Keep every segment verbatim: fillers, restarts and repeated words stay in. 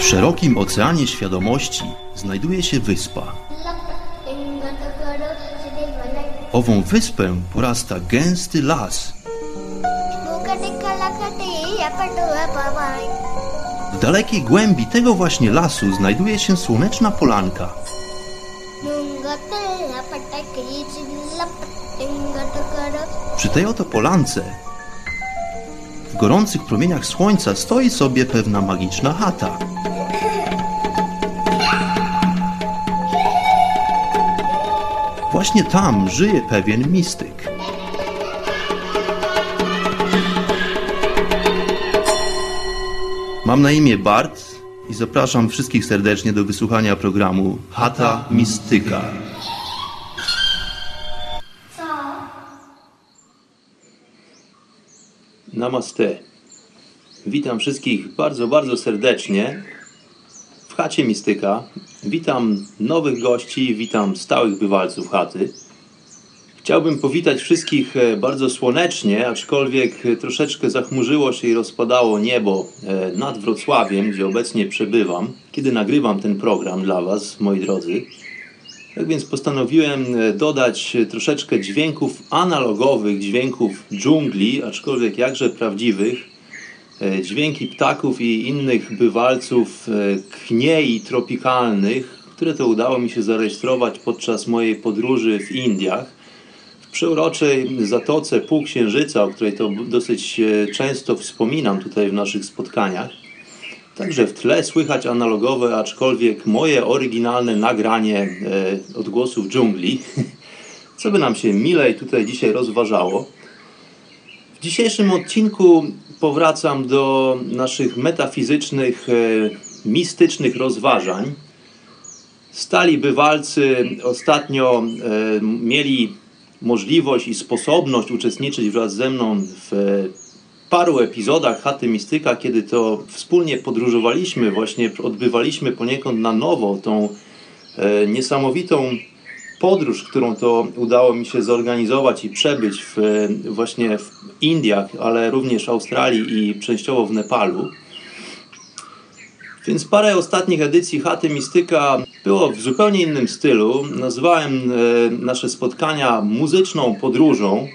szerokim oceanie świadomości znajduje się wyspa. Ową wyspę porasta gęsty las. W dalekiej głębi tego właśnie lasu znajduje się słoneczna polanka. Przy tej oto polance, w gorących promieniach słońca, stoi sobie pewna magiczna chata. Właśnie tam żyje pewien mistyk. Mam na imię Bart i zapraszam wszystkich serdecznie do wysłuchania programu Chata Mistyka. Namaste. Witam wszystkich bardzo, bardzo serdecznie w Chacie Mistyka. Witam nowych gości, witam stałych bywalców chaty. Chciałbym powitać wszystkich bardzo słonecznie, aczkolwiek troszeczkę zachmurzyło się i rozpadało niebo nad Wrocławiem, gdzie obecnie przebywam, kiedy nagrywam ten program dla Was, moi drodzy. Tak więc postanowiłem dodać troszeczkę dźwięków analogowych, dźwięków dżungli, aczkolwiek jakże prawdziwych, dźwięki ptaków i innych bywalców kniei tropikalnych, które to udało mi się zarejestrować podczas mojej podróży w Indiach, w przeuroczej Zatoce Półksiężyca, o której to dosyć często wspominam tutaj w naszych spotkaniach. Także w tle słychać analogowe, aczkolwiek moje oryginalne nagranie odgłosów dżungli, co by nam się milej tutaj dzisiaj rozważało. W dzisiejszym odcinku powracam do naszych metafizycznych, mistycznych rozważań. Stali bywalcy ostatnio mieli możliwość i sposobność uczestniczyć wraz ze mną w paru epizodach Chaty Mistyka, kiedy to wspólnie podróżowaliśmy, właśnie odbywaliśmy poniekąd na nowo tą e, niesamowitą podróż, którą to udało mi się zorganizować i przebyć w, właśnie w Indiach, ale również Australii i częściowo w Nepalu. Więc parę ostatnich edycji Chaty Mistyka było w zupełnie innym stylu. Nazwałem e, nasze spotkania muzyczną podróżą.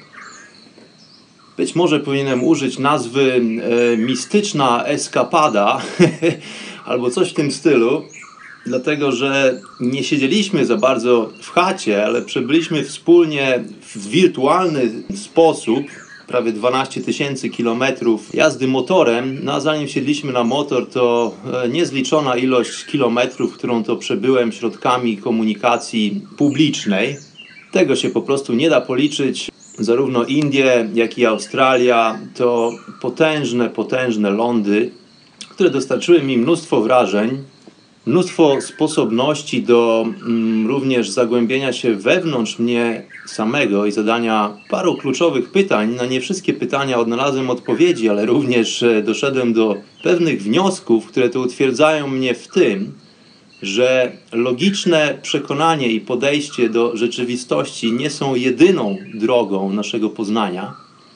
Być może powinienem użyć nazwy e, mistyczna eskapada albo coś w tym stylu, dlatego że nie siedzieliśmy za bardzo w chacie, ale przebyliśmy wspólnie w wirtualny sposób prawie dwanaście tysięcy kilometrów jazdy motorem. No a zanim siedliśmy na motor, to e, niezliczona ilość kilometrów, którą to przebyłem środkami komunikacji publicznej. Tego się po prostu nie da policzyć. Zarówno Indie, jak i Australia to potężne, potężne lądy, które dostarczyły mi mnóstwo wrażeń, mnóstwo sposobności do mm, również zagłębienia się wewnątrz mnie samego i zadania paru kluczowych pytań. Na nie wszystkie pytania odnalazłem odpowiedzi, ale również doszedłem do pewnych wniosków, które to utwierdzają mnie w tym, że logiczne przekonanie i podejście do rzeczywistości nie są jedyną drogą naszego poznania.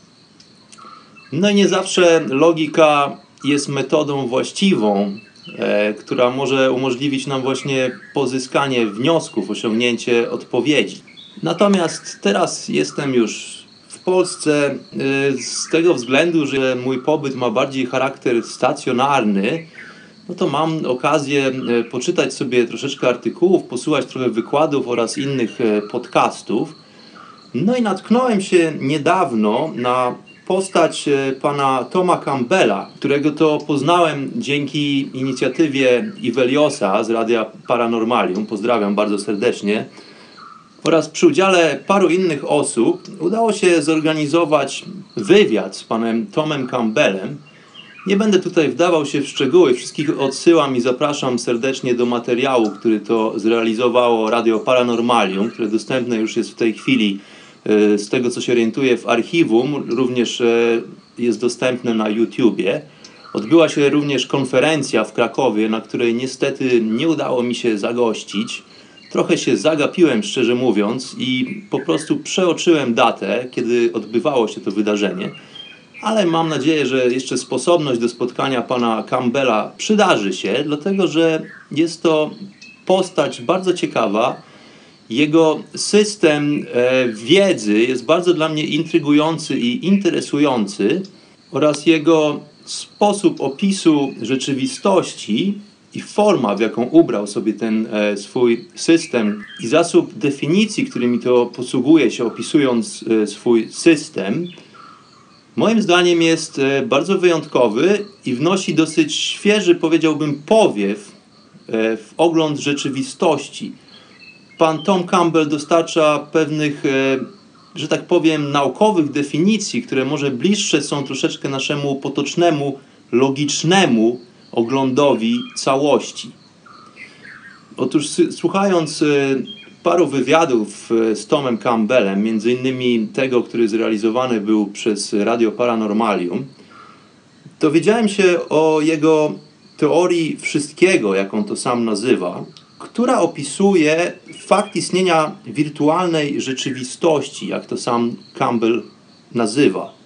No i nie zawsze logika jest metodą właściwą, e, która może umożliwić nam właśnie pozyskanie wniosków, osiągnięcie odpowiedzi. Natomiast teraz jestem już w Polsce e, z tego względu, że mój pobyt ma bardziej charakter stacjonarny. No to mam okazję poczytać sobie troszeczkę artykułów, posłuchać trochę wykładów oraz innych podcastów. No i natknąłem się niedawno na postać pana Toma Campbella, którego to poznałem dzięki inicjatywie Iveliosa z Radia Paranormalium. Pozdrawiam bardzo serdecznie. Oraz przy udziale paru innych osób udało się zorganizować wywiad z panem Tomem Campbellem. Nie będę tutaj wdawał się w szczegóły, wszystkich odsyłam i zapraszam serdecznie do materiału, który to zrealizowało Radio Paranormalium, które dostępne już jest w tej chwili, z tego co się orientuję, w archiwum, również jest dostępne na YouTubie. Odbyła się również konferencja w Krakowie, na której niestety nie udało mi się zagościć. Trochę się zagapiłem, szczerze mówiąc, i po prostu przeoczyłem datę, kiedy odbywało się to wydarzenie. ale mam nadzieję, że jeszcze sposobność do spotkania pana Campbella przydarzy się, dlatego że jest to postać bardzo ciekawa. Jego system e, wiedzy jest bardzo dla mnie intrygujący i interesujący oraz jego sposób opisu rzeczywistości i forma, w jaką ubrał sobie ten e, swój system i zasób definicji, którymi to posługuje się, opisując e, swój system, moim zdaniem jest e, bardzo wyjątkowy i wnosi dosyć świeży, powiedziałbym, powiew e, w ogląd rzeczywistości. Pan Tom Campbell dostarcza pewnych, e, że tak powiem, naukowych definicji, które może bliższe są troszeczkę naszemu potocznemu, logicznemu oglądowi całości. Otóż słuchając paru wywiadów z Tomem Campbellem, między innymi tego, który zrealizowany był przez Radio Paranormalium, dowiedziałem się o jego teorii wszystkiego, jak on to sam nazywa, która opisuje fakt istnienia wirtualnej rzeczywistości, jak to sam Campbell nazywa.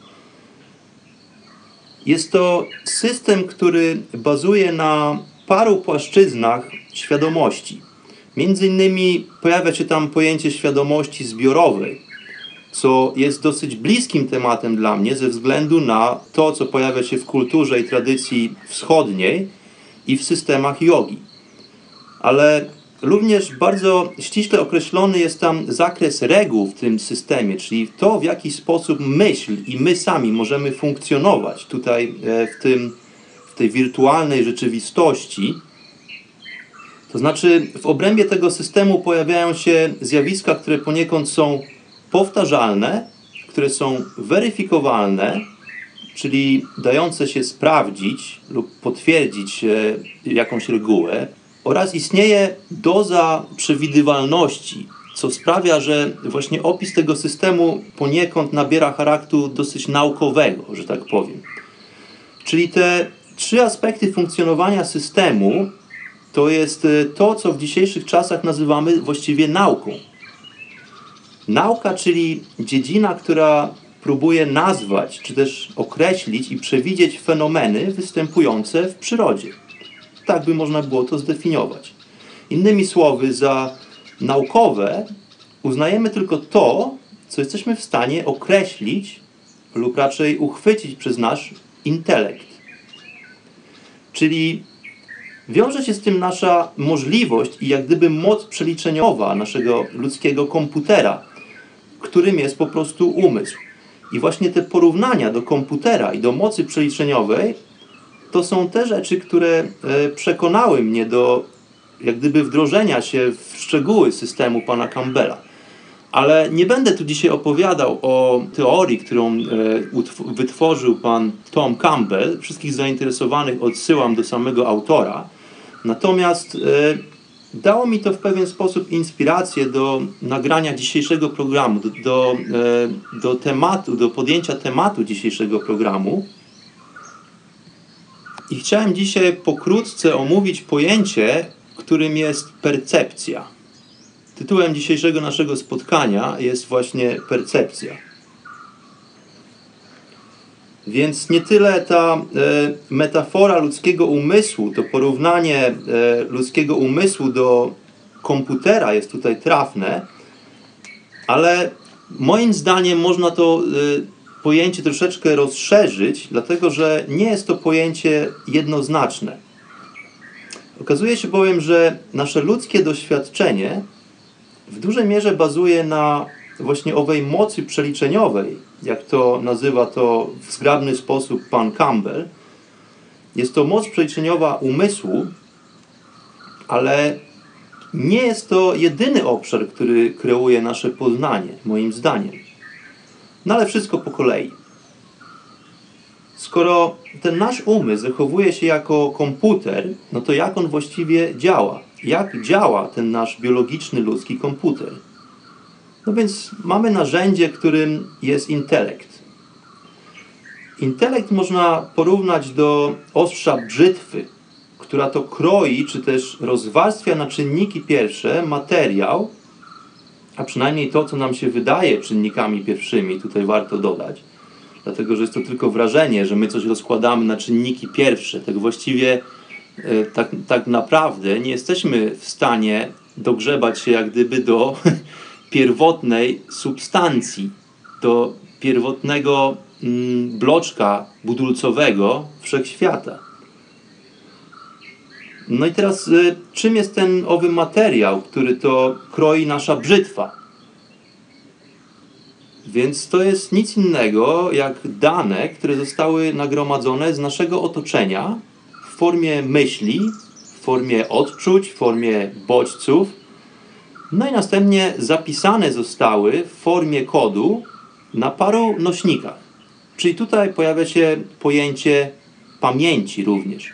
Jest to system, który bazuje na paru płaszczyznach świadomości. Między innymi pojawia się tam pojęcie świadomości zbiorowej, co jest dosyć bliskim tematem dla mnie ze względu na to, co pojawia się w kulturze i tradycji wschodniej i w systemach jogi. Ale również bardzo ściśle określony jest tam zakres reguł w tym systemie, czyli to, w jaki sposób myśl i my sami możemy funkcjonować tutaj w, tym, w tej wirtualnej rzeczywistości. To znaczy w obrębie tego systemu pojawiają się zjawiska, które poniekąd są powtarzalne, które są weryfikowalne, czyli dające się sprawdzić lub potwierdzić jakąś regułę. Oraz istnieje doza przewidywalności, co sprawia, że właśnie opis tego systemu poniekąd nabiera charakteru dosyć naukowego, że tak powiem. Czyli te trzy aspekty funkcjonowania systemu to jest to, co w dzisiejszych czasach nazywamy właściwie nauką. Nauka, czyli dziedzina, która próbuje nazwać, czy też określić i przewidzieć fenomeny występujące w przyrodzie. Tak by można było to zdefiniować. Innymi słowy, za naukowe uznajemy tylko to, co jesteśmy w stanie określić lub raczej uchwycić przez nasz intelekt. Czyli wiąże się z tym nasza możliwość i jak gdyby moc przeliczeniowa naszego ludzkiego komputera, którym jest po prostu umysł. I właśnie te porównania do komputera i do mocy przeliczeniowej to są te rzeczy, które przekonały mnie do jak gdyby wdrożenia się w szczegóły systemu pana Campbella. Ale nie będę tu dzisiaj opowiadał o teorii, którą wytworzył pan Tom Campbell. Wszystkich zainteresowanych odsyłam do samego autora. Natomiast dało mi to w pewien sposób inspirację do nagrania dzisiejszego programu, do, do, do tematu, do podjęcia tematu dzisiejszego programu. I chciałem dzisiaj pokrótce omówić pojęcie, którym jest percepcja. Tytułem dzisiejszego naszego spotkania jest właśnie percepcja. Więc nie tyle ta e, metafora ludzkiego umysłu, to porównanie e, ludzkiego umysłu do komputera jest tutaj trafne, ale moim zdaniem można to e, pojęcie troszeczkę rozszerzyć, dlatego że nie jest to pojęcie jednoznaczne. Okazuje się bowiem, że nasze ludzkie doświadczenie w dużej mierze bazuje na właśnie owej mocy przeliczeniowej, jak to nazywa to w zgrabny sposób pan Campbell. Jest to moc przeliczeniowa umysłu, ale nie jest to jedyny obszar, który kreuje nasze poznanie, moim zdaniem. No ale wszystko po kolei. Skoro ten nasz umysł zachowuje się jako komputer, no to jak on właściwie działa? Jak działa ten nasz biologiczny, ludzki komputer? No więc mamy narzędzie, którym jest intelekt. Intelekt można porównać do ostrza brzytwy, która to kroi, czy też rozwarstwia na czynniki pierwsze materiał, a przynajmniej to, co nam się wydaje czynnikami pierwszymi, tutaj warto dodać. dlatego że jest to tylko wrażenie, że my coś rozkładamy na czynniki pierwsze. Tak właściwie e, tak, tak naprawdę nie jesteśmy w stanie dogrzebać się jak gdyby do pierwotnej substancji, do pierwotnego mm, bloczka budulcowego wszechświata. No i teraz y, czym jest ten owy materiał, który to kroi nasza brzytwa? Więc to jest nic innego jak dane, które zostały nagromadzone z naszego otoczenia w formie myśli, w formie odczuć, w formie bodźców. No i następnie zapisane zostały w formie kodu na paru nośnikach. Czyli tutaj pojawia się pojęcie pamięci również.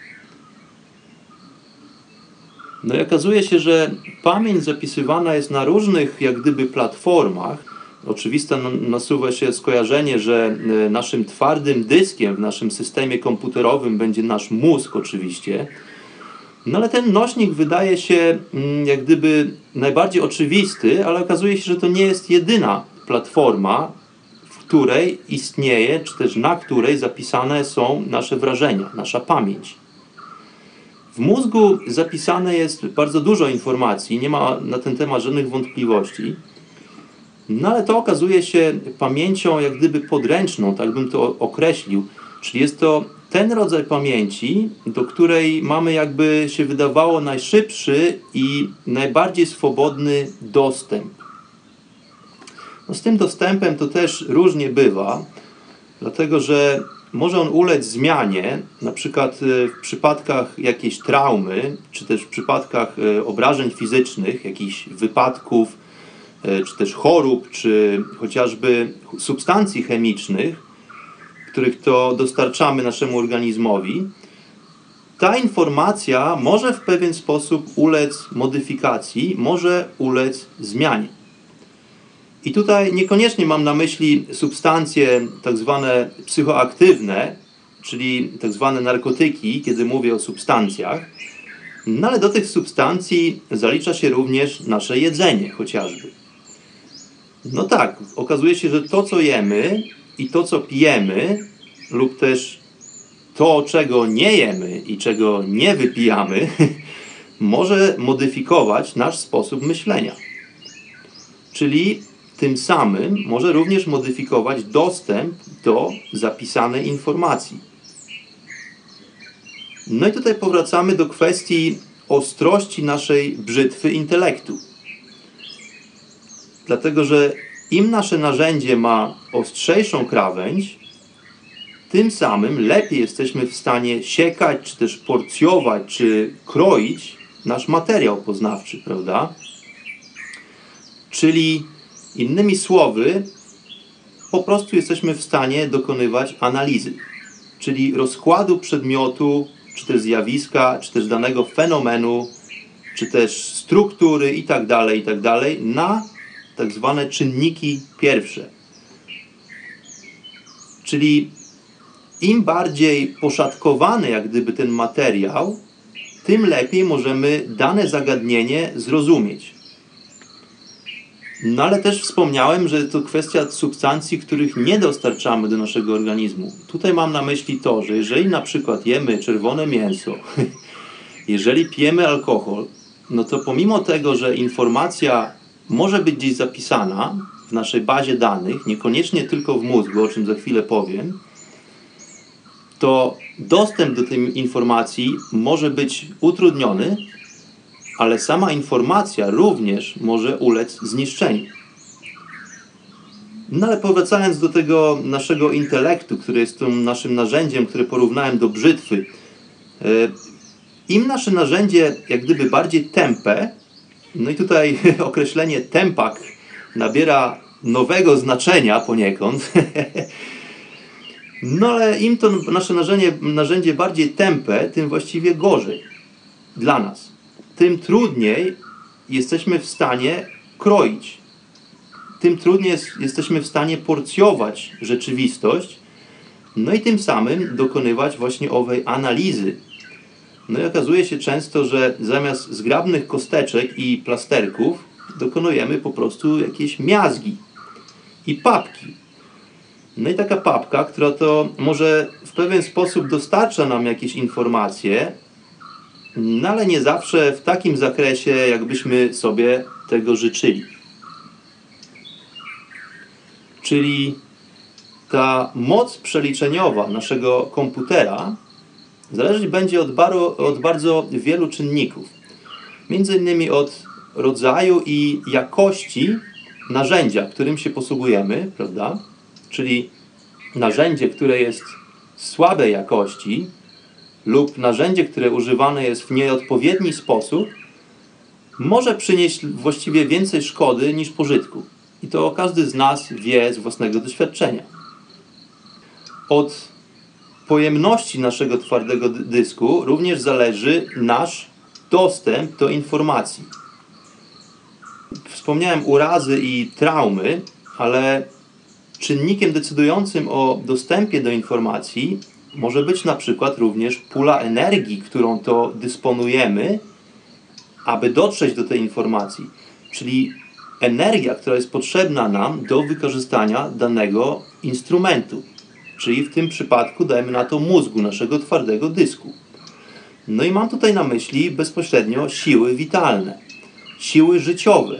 No i okazuje się, że pamięć zapisywana jest na różnych jak gdyby platformach. Oczywiste nasuwa się skojarzenie, że naszym twardym dyskiem w naszym systemie komputerowym będzie nasz mózg oczywiście. No ale ten nośnik wydaje się jak gdyby najbardziej oczywisty, ale okazuje się, że to nie jest jedyna platforma, w której istnieje, czy też na której zapisane są nasze wrażenia, nasza pamięć. W mózgu zapisane jest bardzo dużo informacji, nie ma na ten temat żadnych wątpliwości. No ale to okazuje się pamięcią jak gdyby podręczną, tak bym to określił. Czyli jest to ten rodzaj pamięci, do której mamy jakby się wydawało najszybszy i najbardziej swobodny dostęp. No z tym dostępem to też różnie bywa, dlatego że może on ulec zmianie, na przykład w przypadkach jakiejś traumy, czy też w przypadkach obrażeń fizycznych, jakichś wypadków, czy też chorób, czy chociażby substancji chemicznych, których to dostarczamy naszemu organizmowi. Ta informacja może w pewien sposób ulec modyfikacji, może ulec zmianie. I tutaj niekoniecznie mam na myśli substancje tak zwane psychoaktywne, czyli tak zwane narkotyki, kiedy mówię o substancjach, no ale do tych substancji zalicza się również nasze jedzenie chociażby. No tak, okazuje się, że to co jemy i to co pijemy lub też to czego nie jemy i czego nie wypijamy może modyfikować nasz sposób myślenia. Czyli tym samym może również modyfikować dostęp do zapisanej informacji. No i tutaj powracamy do kwestii ostrości naszej brzytwy intelektu. Dlatego, że im nasze narzędzie ma ostrzejszą krawędź, tym samym lepiej jesteśmy w stanie siekać, czy też porcjować, czy kroić nasz materiał poznawczy, prawda? Czyli innymi słowy, po prostu jesteśmy w stanie dokonywać analizy, czyli rozkładu przedmiotu, czy też zjawiska, czy też danego fenomenu, czy też struktury itd., itd. na tak zwane czynniki pierwsze. Czyli im bardziej poszatkowany jak gdyby ten materiał, tym lepiej możemy dane zagadnienie zrozumieć. No ale też wspomniałem, że to kwestia substancji, których nie dostarczamy do naszego organizmu. Tutaj mam na myśli to, że jeżeli na przykład jemy czerwone mięso, jeżeli pijemy alkohol, no to pomimo tego, że informacja może być gdzieś zapisana w naszej bazie danych, niekoniecznie tylko w mózgu, o czym za chwilę powiem, to dostęp do tej informacji może być utrudniony, ale sama informacja również może ulec zniszczeniu. No ale powracając do tego naszego intelektu, który jest tym naszym narzędziem, które porównałem do brzytwy, im nasze narzędzie jak gdyby bardziej tępe, no i tutaj określenie tempak nabiera nowego znaczenia poniekąd, no ale im to nasze narzędzie, narzędzie bardziej tępe, tym właściwie gorzej dla nas. Tym trudniej jesteśmy w stanie kroić. Tym trudniej jest, jesteśmy w stanie porcjować rzeczywistość, no i tym samym dokonywać właśnie owej analizy. No i okazuje się często, że zamiast zgrabnych kosteczek i plasterków dokonujemy po prostu jakieś miazgi i papki. No i taka papka, która to może w pewien sposób dostarcza nam jakieś informacje, no ale nie zawsze w takim zakresie, jakbyśmy sobie tego życzyli. Czyli ta moc przeliczeniowa naszego komputera zależeć będzie od, baro, od bardzo wielu czynników. Między innymi od rodzaju i jakości narzędzia, którym się posługujemy, prawda? Czyli narzędzie, które jest słabej jakości lub narzędzie, które używane jest w nieodpowiedni sposób, może przynieść właściwie więcej szkody niż pożytku. I to każdy z nas wie z własnego doświadczenia. Od pojemności naszego twardego dysku również zależy nasz dostęp do informacji. Wspomniałem urazy i traumy, ale czynnikiem decydującym o dostępie do informacji może być na przykład również pula energii, którą to dysponujemy, aby dotrzeć do tej informacji. Czyli energia, która jest potrzebna nam do wykorzystania danego instrumentu. Czyli w tym przypadku dajmy na to mózgu, naszego twardego dysku. No i mam tutaj na myśli bezpośrednio siły witalne, siły życiowe.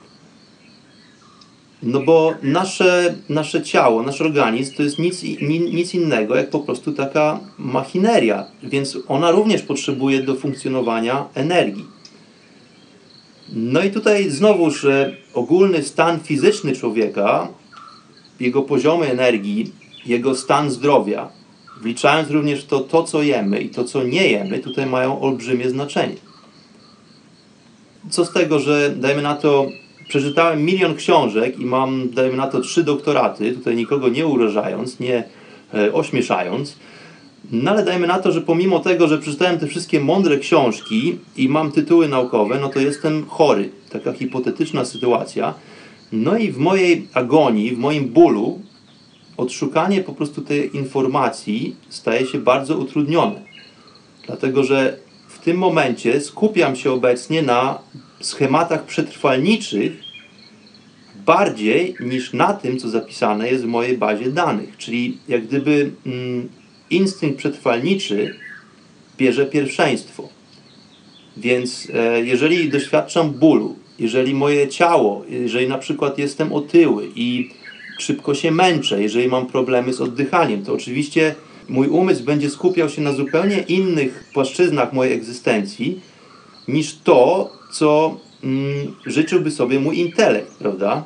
No bo nasze, nasze ciało, nasz organizm to jest nic, nic innego jak po prostu taka machineria, więc ona również potrzebuje do funkcjonowania energii. No i tutaj znowuż ogólny stan fizyczny człowieka, jego poziomy energii, jego stan zdrowia, wliczając również to, to co jemy i to, co nie jemy, tutaj mają olbrzymie znaczenie. Co z tego, że dajmy na to, przeczytałem milion książek i mam, dajmy na to, trzy doktoraty, tutaj nikogo nie urażając, nie e, ośmieszając, no ale dajmy na to, że pomimo tego, że przeczytałem te wszystkie mądre książki i mam tytuły naukowe, no to jestem chory. Taka hipotetyczna sytuacja. No i w mojej agonii, w moim bólu, odszukanie po prostu tej informacji staje się bardzo utrudnione. Dlatego, że w tym momencie skupiam się obecnie na schematach przetrwalniczych bardziej niż na tym, co zapisane jest w mojej bazie danych. Czyli jak gdyby mm, instynkt przetrwalniczy bierze pierwszeństwo. Więc e, jeżeli doświadczam bólu, jeżeli moje ciało, jeżeli na przykład jestem otyły i szybko się męczę, jeżeli mam problemy z oddychaniem, to oczywiście mój umysł będzie skupiał się na zupełnie innych płaszczyznach mojej egzystencji niż to, co mm, życzyłby sobie mój intelekt, prawda?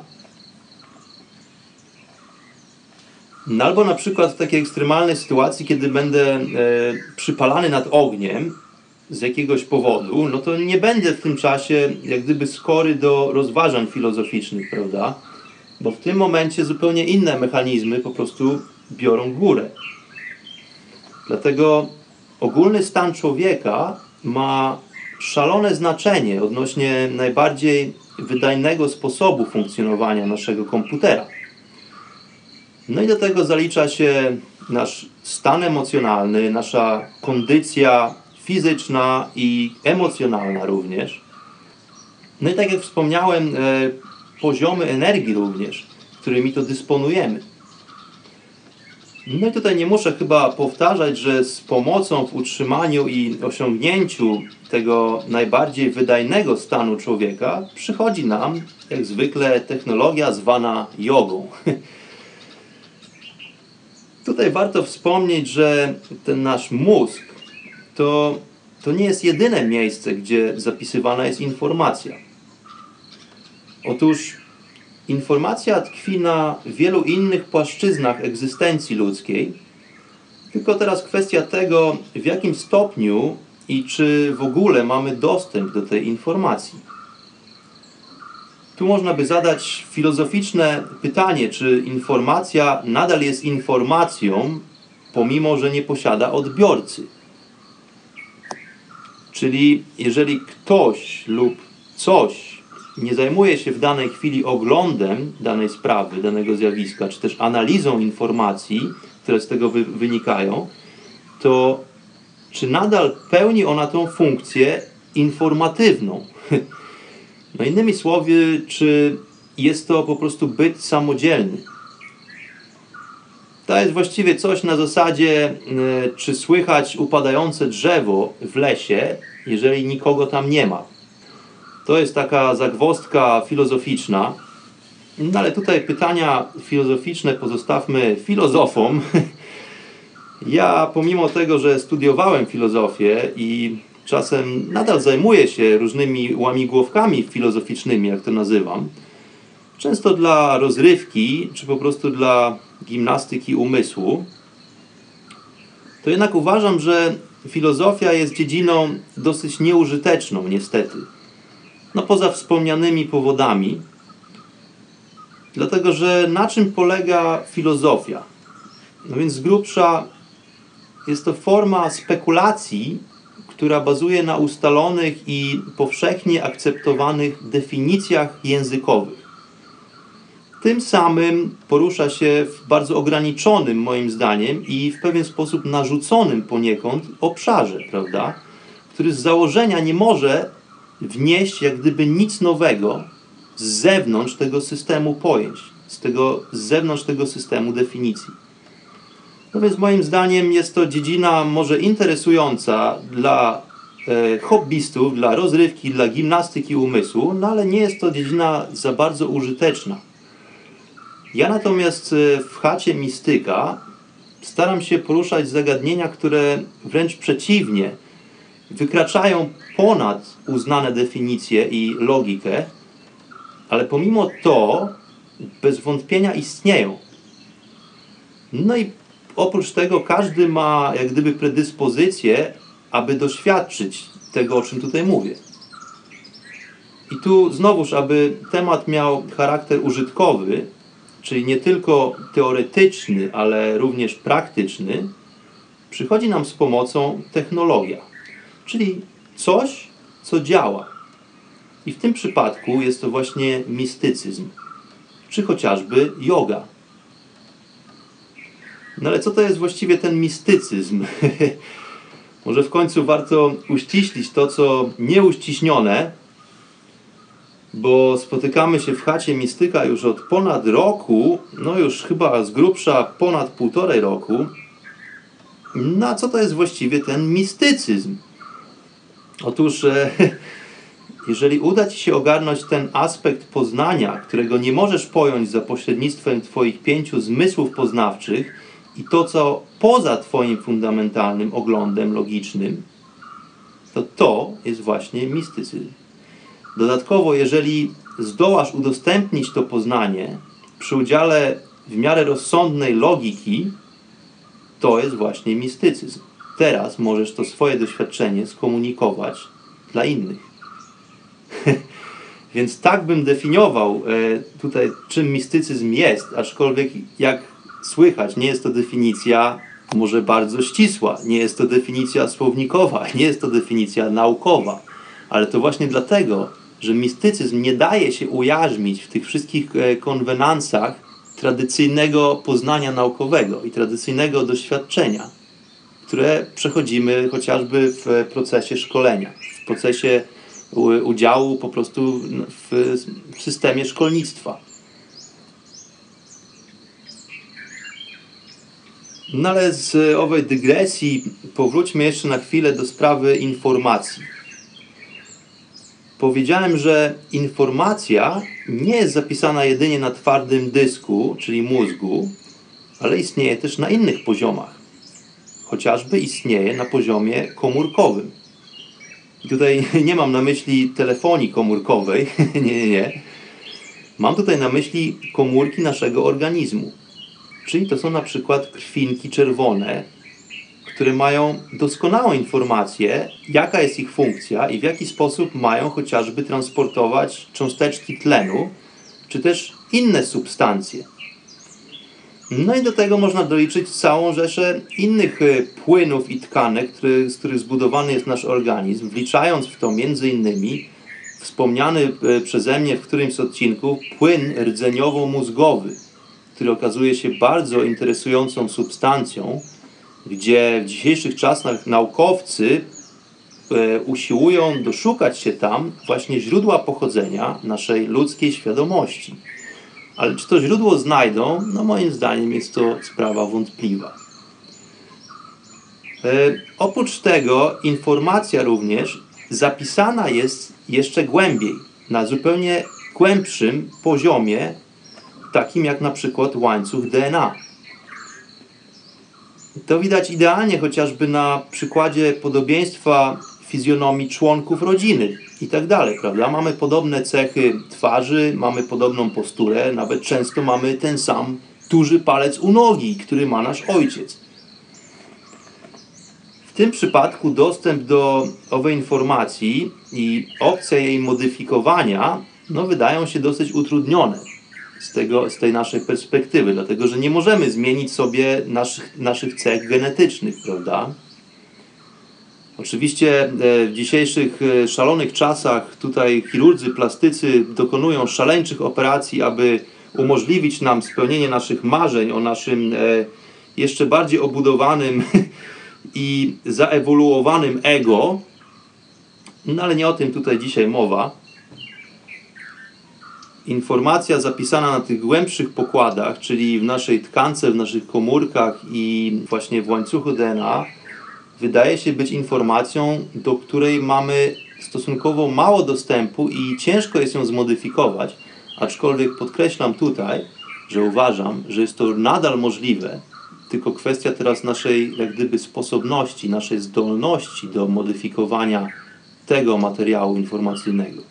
No albo na przykład w takiej ekstremalnej sytuacji, kiedy będę e, przypalany nad ogniem z jakiegoś powodu, no to nie będę w tym czasie jak gdyby skory do rozważań filozoficznych, prawda? Bo w tym momencie zupełnie inne mechanizmy po prostu biorą górę. Dlatego ogólny stan człowieka ma szalone znaczenie odnośnie najbardziej wydajnego sposobu funkcjonowania naszego komputera. No i do tego zalicza się nasz stan emocjonalny, nasza kondycja fizyczna i emocjonalna również. No i tak jak wspomniałem, e, poziomy energii również, którymi to dysponujemy. No i tutaj nie muszę chyba powtarzać, że z pomocą w utrzymaniu i osiągnięciu tego najbardziej wydajnego stanu człowieka przychodzi nam, jak zwykle, technologia zwana jogą. Tutaj warto wspomnieć, że ten nasz mózg to, to nie jest jedyne miejsce, gdzie zapisywana jest informacja. Otóż informacja tkwi na wielu innych płaszczyznach egzystencji ludzkiej, tylko teraz kwestia tego, w jakim stopniu i czy w ogóle mamy dostęp do tej informacji. Tu można by zadać filozoficzne pytanie, czy informacja nadal jest informacją, pomimo że nie posiada odbiorcy. Czyli jeżeli ktoś lub coś nie zajmuje się w danej chwili oglądem danej sprawy, danego zjawiska, czy też analizą informacji, które z tego wy wynikają, to czy nadal pełni ona tą funkcję informatywną? No innymi słowy, czy jest to po prostu byt samodzielny? To jest właściwie coś na zasadzie, y, czy słychać upadające drzewo w lesie, jeżeli nikogo tam nie ma. To jest taka zagwozdka filozoficzna, no ale tutaj pytania filozoficzne pozostawmy filozofom. Ja pomimo tego, że studiowałem filozofię i czasem nadal zajmuję się różnymi łamigłówkami filozoficznymi, jak to nazywam, często dla rozrywki, czy po prostu dla gimnastyki umysłu, to jednak uważam, że filozofia jest dziedziną dosyć nieużyteczną, niestety. No poza wspomnianymi powodami. Dlatego, że na czym polega filozofia? No więc z grubsza jest to forma spekulacji, która bazuje na ustalonych i powszechnie akceptowanych definicjach językowych. Tym samym porusza się w bardzo ograniczonym, moim zdaniem, i w pewien sposób narzuconym poniekąd obszarze, prawda? Który z założenia nie może wnieść jak gdyby nic nowego z zewnątrz tego systemu pojęć, z, tego, z zewnątrz tego systemu definicji. No więc moim zdaniem jest to dziedzina może interesująca dla e, hobbystów, dla rozrywki, dla gimnastyki umysłu, no ale nie jest to dziedzina za bardzo użyteczna. Ja natomiast w chacie Mistyka staram się poruszać zagadnienia, które wręcz przeciwnie, wykraczają ponad uznane definicje i logikę, ale pomimo to bez wątpienia istnieją. No i oprócz tego każdy ma jak gdyby predyspozycję, aby doświadczyć tego, o czym tutaj mówię. I tu znowuż, aby temat miał charakter użytkowy, czyli nie tylko teoretyczny, ale również praktyczny, przychodzi nam z pomocą technologia, czyli coś, co działa. I w tym przypadku jest to właśnie mistycyzm, czy chociażby yoga. No ale co to jest właściwie ten mistycyzm? Może w końcu warto uściślić to, co nieuściśnione, bo spotykamy się w chacie Mistyka już od ponad roku, no już chyba z grubsza ponad półtorej roku. No a co to jest właściwie ten mistycyzm? Otóż, e, jeżeli uda Ci się ogarnąć ten aspekt poznania, którego nie możesz pojąć za pośrednictwem Twoich pięciu zmysłów poznawczych i to, co poza Twoim fundamentalnym oglądem logicznym, to to jest właśnie mistycyzm. Dodatkowo, jeżeli zdołasz udostępnić to poznanie przy udziale w miarę rozsądnej logiki, to jest właśnie mistycyzm. Teraz możesz to swoje doświadczenie skomunikować dla innych. Więc tak bym definiował tutaj, czym mistycyzm jest, aczkolwiek jak słychać, nie jest to definicja może bardzo ścisła, nie jest to definicja słownikowa, nie jest to definicja naukowa, ale to właśnie dlatego, że mistycyzm nie daje się ujarzmić w tych wszystkich konwenansach tradycyjnego poznania naukowego i tradycyjnego doświadczenia, które przechodzimy chociażby w procesie szkolenia, w procesie udziału po prostu w systemie szkolnictwa. No ale z owej dygresji powróćmy jeszcze na chwilę do sprawy informacji. Powiedziałem, że informacja nie jest zapisana jedynie na twardym dysku, czyli mózgu, ale istnieje też na innych poziomach. Chociażby istnieje na poziomie komórkowym. I tutaj nie mam na myśli telefonii komórkowej, nie, nie, nie. Mam tutaj na myśli komórki naszego organizmu. Czyli to są na przykład krwinki czerwone, które mają doskonałą informację, jaka jest ich funkcja i w jaki sposób mają chociażby transportować cząsteczki tlenu, czy też inne substancje. No i do tego można doliczyć całą rzeszę innych płynów i tkanek, który, z których zbudowany jest nasz organizm, wliczając w to między innymi wspomniany przeze mnie w którymś z odcinków płyn rdzeniowo-mózgowy, który okazuje się bardzo interesującą substancją, gdzie w dzisiejszych czasach naukowcy e, usiłują doszukać się tam właśnie źródła pochodzenia naszej ludzkiej świadomości. Ale czy to źródło znajdą? No moim zdaniem jest to sprawa wątpliwa. E, oprócz tego informacja również zapisana jest jeszcze głębiej, na zupełnie głębszym poziomie, takim jak na przykład łańcuch D N A. To widać idealnie chociażby na przykładzie podobieństwa fizjonomii członków rodziny i tak dalej, prawda? Mamy podobne cechy twarzy, mamy podobną posturę, nawet często mamy ten sam duży palec u nogi, który ma nasz ojciec. W tym przypadku dostęp do owej informacji i opcja jej modyfikowania no, wydają się dosyć utrudnione z, tego, z tej naszej perspektywy, dlatego że nie możemy zmienić sobie naszych, naszych cech genetycznych, prawda? Oczywiście w dzisiejszych szalonych czasach tutaj chirurdzy plastycy dokonują szaleńczych operacji, aby umożliwić nam spełnienie naszych marzeń o naszym jeszcze bardziej obudowanym i zaewoluowanym ego, no ale nie o tym tutaj dzisiaj mowa. Informacja zapisana na tych głębszych pokładach, czyli w naszej tkance, w naszych komórkach i właśnie w łańcuchu D N A, wydaje się być informacją, do której mamy stosunkowo mało dostępu i ciężko jest ją zmodyfikować, aczkolwiek podkreślam tutaj, że uważam, że jest to nadal możliwe, tylko kwestia teraz naszej jak gdyby sposobności, naszej zdolności do modyfikowania tego materiału informacyjnego.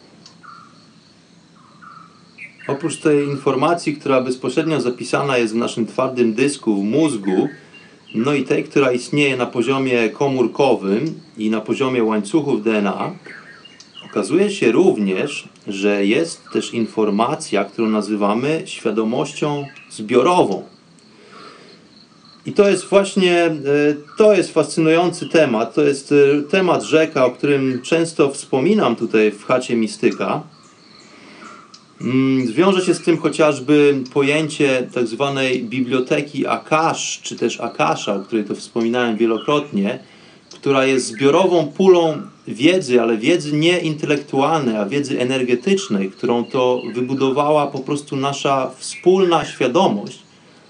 Oprócz tej informacji, która bezpośrednio zapisana jest w naszym twardym dysku, w mózgu, no i tej, która istnieje na poziomie komórkowym i na poziomie łańcuchów D N A, okazuje się również, że jest też informacja, którą nazywamy świadomością zbiorową. I to jest właśnie, to jest fascynujący temat, to jest temat rzeka, o którym często wspominam tutaj w chacie Mistyka. Zwiąże się z tym chociażby pojęcie tak zwanej biblioteki Akash, czy też Akasha, o której to wspominałem wielokrotnie, która jest zbiorową pulą wiedzy, ale wiedzy nie intelektualnej, a wiedzy energetycznej, którą to wybudowała po prostu nasza wspólna świadomość.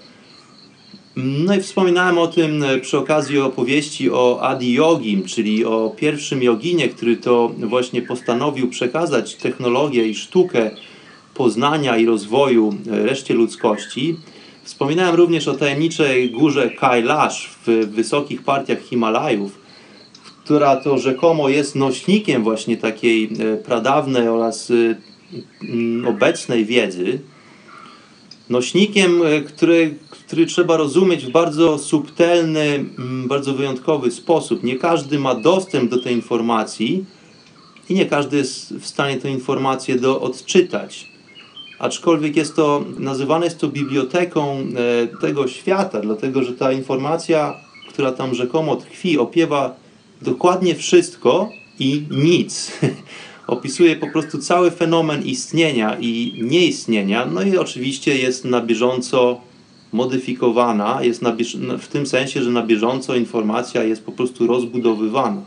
No i wspominałem o tym przy okazji opowieści o Adi Yogim, czyli o pierwszym joginie, który to właśnie postanowił przekazać technologię i sztukę poznania i rozwoju reszcie ludzkości. Wspominałem również o tajemniczej górze Kailash w wysokich partiach Himalajów, która to rzekomo jest nośnikiem właśnie takiej pradawnej oraz obecnej wiedzy. Nośnikiem, który, który trzeba rozumieć w bardzo subtelny, bardzo wyjątkowy sposób. Nie każdy ma dostęp do tej informacji i nie każdy jest w stanie tę informację do, odczytać. Aczkolwiek jest to, nazywane jest to biblioteką tego świata, dlatego że ta informacja, która tam rzekomo tkwi, opiewa dokładnie wszystko i nic. Opisuje po prostu cały fenomen istnienia i nieistnienia, no i oczywiście jest na bieżąco modyfikowana, jest na bież- w tym sensie, że na bieżąco informacja jest po prostu rozbudowywana.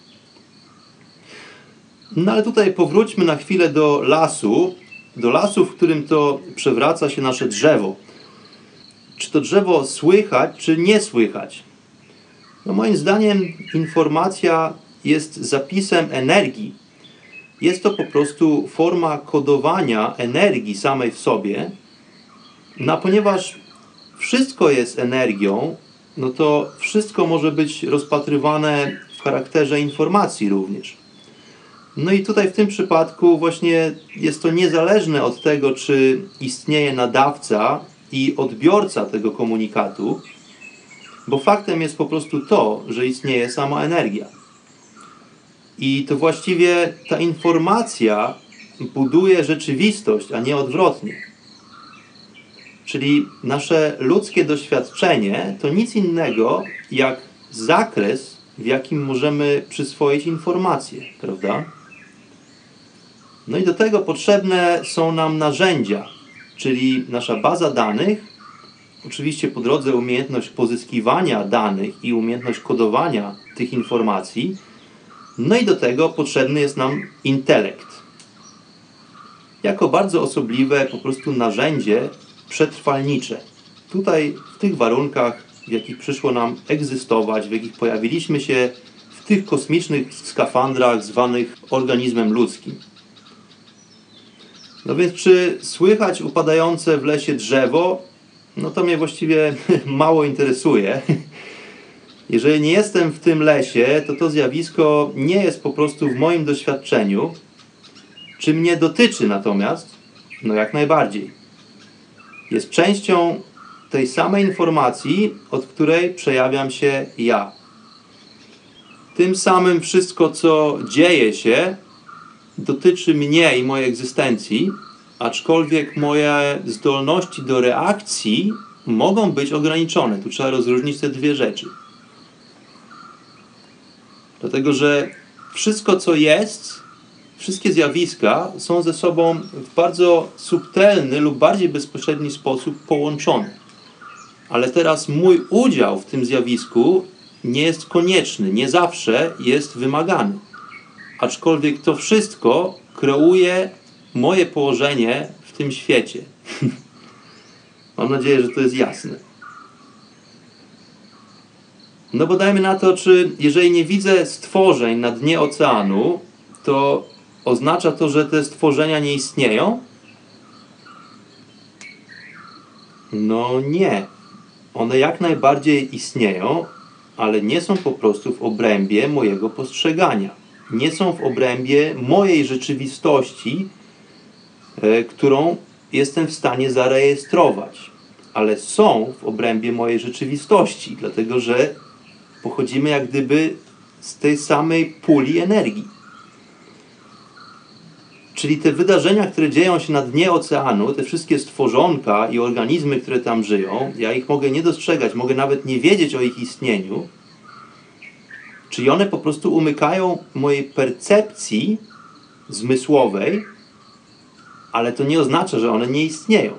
No ale tutaj powróćmy na chwilę do lasu, do lasu, w którym to przewraca się nasze drzewo. Czy to drzewo słychać, czy nie słychać? No moim zdaniem informacja jest zapisem energii. Jest to po prostu forma kodowania energii samej w sobie. No a ponieważ wszystko jest energią, no to wszystko może być rozpatrywane w charakterze informacji również. No i tutaj w tym przypadku właśnie jest to niezależne od tego, czy istnieje nadawca i odbiorca tego komunikatu, bo faktem jest po prostu to, że istnieje sama energia. I to właściwie ta informacja buduje rzeczywistość, a nie odwrotnie. Czyli nasze ludzkie doświadczenie to nic innego jak zakres, w jakim możemy przyswoić informacje, prawda? No i do tego potrzebne są nam narzędzia, czyli nasza baza danych, oczywiście po drodze umiejętność pozyskiwania danych i umiejętność kodowania tych informacji, no i do tego potrzebny jest nam intelekt. jako bardzo osobliwe po prostu narzędzie przetrwalnicze. Tutaj w tych warunkach, w jakich przyszło nam egzystować, w jakich pojawiliśmy się w tych kosmicznych skafandrach zwanych organizmem ludzkim. No więc czy słychać upadające w lesie drzewo? No to mnie właściwie mało interesuje. Jeżeli nie jestem w tym lesie, to to zjawisko nie jest po prostu w moim doświadczeniu. Czy mnie dotyczy natomiast? No jak najbardziej. Jest częścią tej samej informacji, od której przejawiam się ja. Tym samym wszystko, co dzieje się, dotyczy mnie i mojej egzystencji, aczkolwiek moje zdolności do reakcji mogą być ograniczone. Tu trzeba rozróżnić te dwie rzeczy. Dlatego, że wszystko, co jest, wszystkie zjawiska są ze sobą w bardzo subtelny lub bardziej bezpośredni sposób połączone. Ale teraz mój udział w tym zjawisku nie jest konieczny, nie zawsze jest wymagany. Aczkolwiek to wszystko kreuje moje położenie w tym świecie. Mam nadzieję, że to jest jasne. No bo dajmy na to, czy jeżeli nie widzę stworzeń na dnie oceanu, to oznacza to, że te stworzenia nie istnieją? No nie. One jak najbardziej istnieją, ale nie są po prostu w obrębie mojego postrzegania. Nie są w obrębie mojej rzeczywistości, e, którą jestem w stanie zarejestrować. Ale są w obrębie mojej rzeczywistości, dlatego że pochodzimy jak gdyby z tej samej puli energii. Czyli te wydarzenia, które dzieją się na dnie oceanu, te wszystkie stworzonka i organizmy, które tam żyją, ja ich mogę nie dostrzegać, mogę nawet nie wiedzieć o ich istnieniu, czyli one po prostu umykają mojej percepcji zmysłowej, ale to nie oznacza, że one nie istnieją.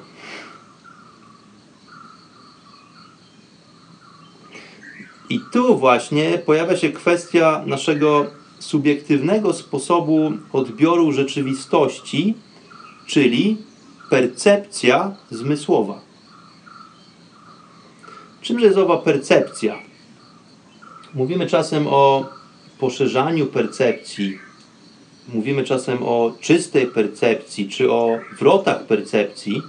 I tu właśnie pojawia się kwestia naszego subiektywnego sposobu odbioru rzeczywistości, czyli percepcja zmysłowa. Czymże jest owa percepcja? Mówimy czasem o poszerzaniu percepcji, mówimy czasem o czystej percepcji, czy o wrotach percepcji.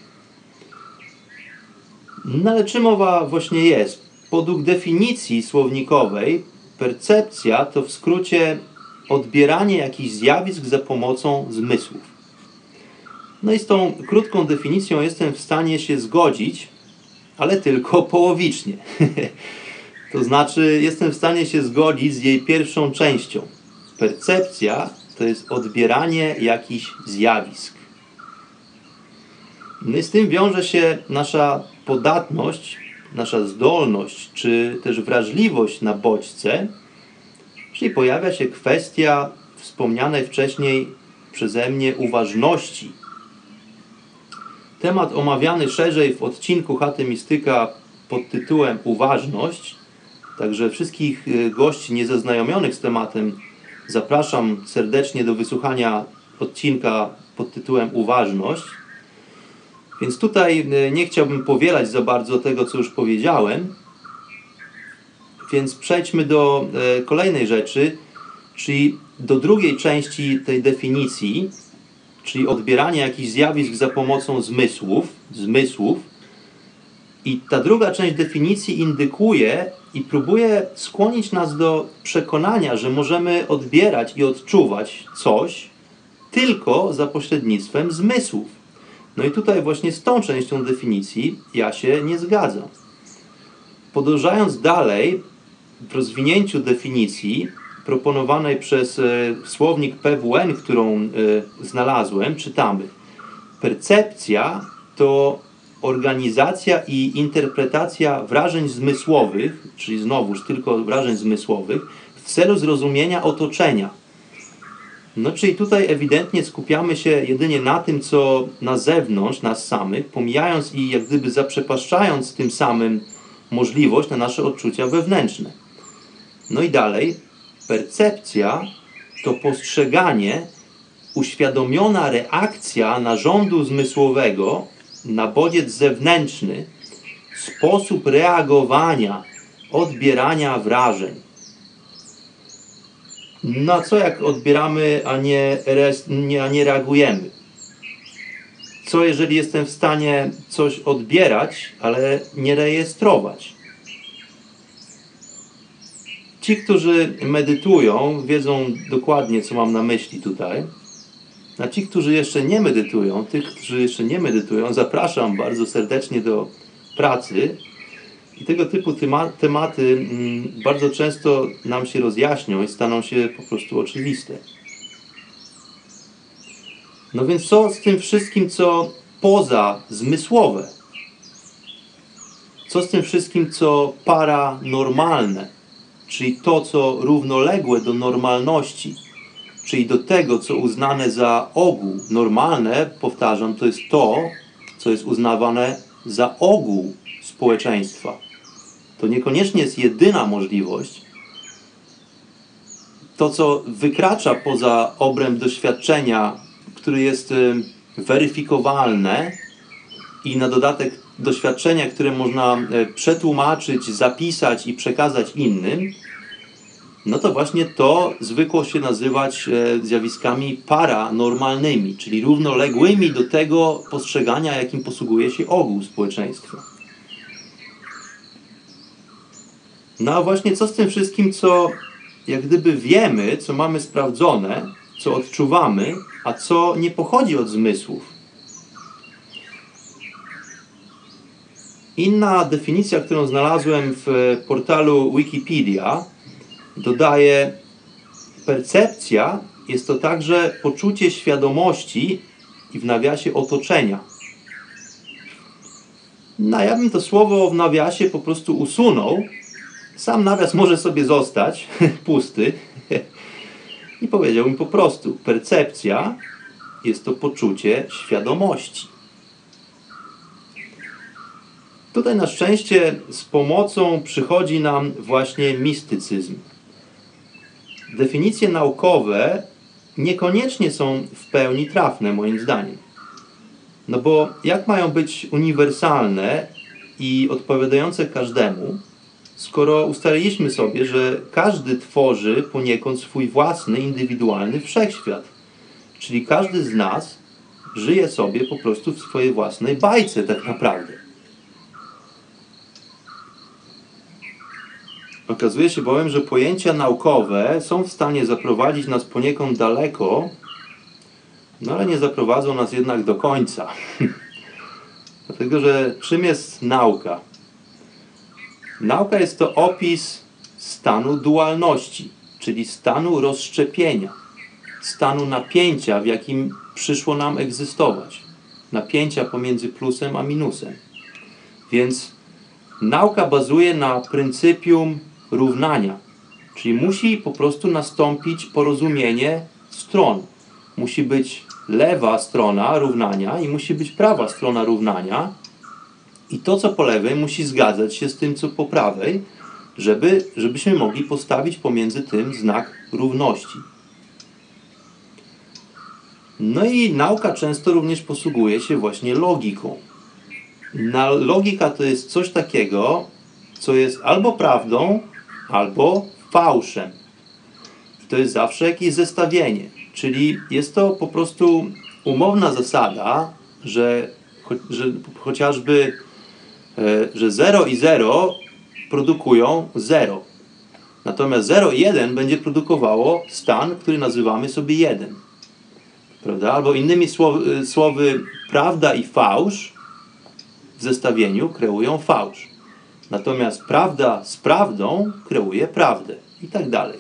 No ale czym owa właśnie jest? Według definicji słownikowej percepcja to w skrócie odbieranie jakichś zjawisk za pomocą zmysłów. No i z tą krótką definicją jestem w stanie się zgodzić, ale tylko połowicznie. To znaczy jestem w stanie się zgodzić z jej pierwszą częścią. Percepcja to jest odbieranie jakichś zjawisk. No i z tym wiąże się nasza podatność, nasza zdolność, czy też wrażliwość na bodźce, czyli pojawia się kwestia wspomnianej wcześniej przeze mnie uważności. Temat omawiany szerzej w odcinku Chaty Mistyka pod tytułem Uważność, także wszystkich gości niezaznajomionych z tematem zapraszam serdecznie do wysłuchania odcinka pod tytułem Uważność. Więc tutaj nie chciałbym powielać za bardzo tego, co już powiedziałem, więc przejdźmy do kolejnej rzeczy, czyli do drugiej części tej definicji, czyli odbieranie jakichś zjawisk za pomocą zmysłów, zmysłów. I ta druga część definicji indykuje i próbuje skłonić nas do przekonania, że możemy odbierać i odczuwać coś tylko za pośrednictwem zmysłów. No i tutaj właśnie z tą częścią definicji ja się nie zgadzam. Podążając dalej w rozwinięciu definicji proponowanej przez e, słownik P W N, którą e, znalazłem, czytamy: percepcja to organizacja i interpretacja wrażeń zmysłowych, czyli znowuż tylko wrażeń zmysłowych, w celu zrozumienia otoczenia. No czyli tutaj ewidentnie skupiamy się jedynie na tym, co na zewnątrz nas samych, pomijając i jak gdyby zaprzepaszczając tym samym możliwość na nasze odczucia wewnętrzne. No i dalej, percepcja to postrzeganie, uświadomiona reakcja narządu zmysłowego na bodziec zewnętrzny, sposób reagowania, odbierania wrażeń. Na co jak odbieramy, a nie, nie, a nie reagujemy? Co jeżeli jestem w stanie coś odbierać, ale nie rejestrować? Ci, którzy medytują, wiedzą dokładnie, co mam na myśli tutaj. A ci, którzy jeszcze nie medytują, tych, którzy jeszcze nie medytują, zapraszam bardzo serdecznie do pracy. I tego typu tematy bardzo często nam się rozjaśnią i staną się po prostu oczywiste. No więc co z tym wszystkim, co poza zmysłowe? Co z tym wszystkim, co paranormalne? Czyli to, co równoległe do normalności, czyli do tego, co uznane za ogół. Normalne, powtarzam, to jest to, co jest uznawane za ogół społeczeństwa. To niekoniecznie jest jedyna możliwość. To, co wykracza poza obręb doświadczenia, które jest weryfikowalne i na dodatek doświadczenia, które można przetłumaczyć, zapisać i przekazać innym, no to właśnie to zwykło się nazywać zjawiskami paranormalnymi, czyli równoległymi do tego postrzegania, jakim posługuje się ogół społeczeństwa. No a właśnie co z tym wszystkim, co jak gdyby wiemy, co mamy sprawdzone, co odczuwamy, a co nie pochodzi od zmysłów? Inna definicja, którą znalazłem w portalu Wikipedia, dodaje: percepcja jest to także poczucie świadomości i w nawiasie otoczenia. No ja bym to słowo w nawiasie po prostu usunął. Sam nawias może sobie zostać pusty i powiedziałbym po prostu: percepcja jest to poczucie świadomości. Tutaj na szczęście z pomocą przychodzi nam właśnie mistycyzm. Definicje naukowe niekoniecznie są w pełni trafne, moim zdaniem. No bo jak mają być uniwersalne i odpowiadające każdemu, skoro ustaliliśmy sobie, że każdy tworzy poniekąd swój własny, indywidualny wszechświat. Czyli każdy z nas żyje sobie po prostu w swojej własnej bajce tak naprawdę. Okazuje się bowiem, że pojęcia naukowe są w stanie zaprowadzić nas poniekąd daleko, no ale nie zaprowadzą nas jednak do końca. Dlatego, że czym jest nauka? Nauka jest to opis stanu dualności, czyli stanu rozszczepienia, stanu napięcia, w jakim przyszło nam egzystować. Napięcia pomiędzy plusem a minusem. Więc nauka bazuje na pryncypium równania, czyli musi po prostu nastąpić porozumienie stron. Musi być lewa strona równania i musi być prawa strona równania. I to, co po lewej, musi zgadzać się z tym, co po prawej, żeby, żebyśmy mogli postawić pomiędzy tym znak równości. No i nauka często również posługuje się właśnie logiką. Na logika to jest coś takiego, co jest albo prawdą, albo fałszem. I to jest zawsze jakieś zestawienie. Czyli jest to po prostu umowna zasada, że, cho że chociażby że zero i zero produkują zero. Natomiast zero i jeden będzie produkowało stan, który nazywamy sobie jeden. Prawda? Albo innymi słowy, słowy prawda i fałsz w zestawieniu kreują fałsz. Natomiast prawda z prawdą kreuje prawdę. I tak dalej.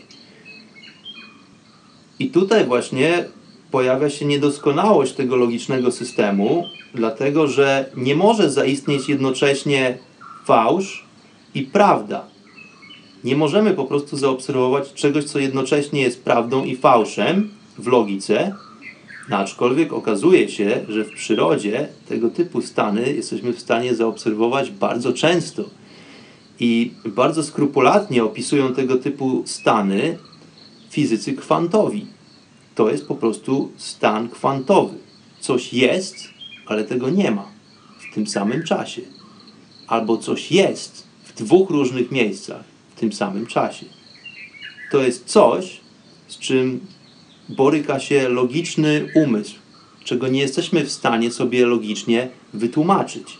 I tutaj właśnie pojawia się niedoskonałość tego logicznego systemu, dlatego że nie może zaistnieć jednocześnie fałsz i prawda. Nie możemy po prostu zaobserwować czegoś, co jednocześnie jest prawdą i fałszem w logice, aczkolwiek okazuje się, że w przyrodzie tego typu stany jesteśmy w stanie zaobserwować bardzo często. I bardzo skrupulatnie opisują tego typu stany fizycy kwantowi. to jest po prostu stan kwantowy. Coś jest, ale tego nie ma w tym samym czasie. Albo coś jest w dwóch różnych miejscach w tym samym czasie. To jest coś, z czym boryka się logiczny umysł, czego nie jesteśmy w stanie sobie logicznie wytłumaczyć.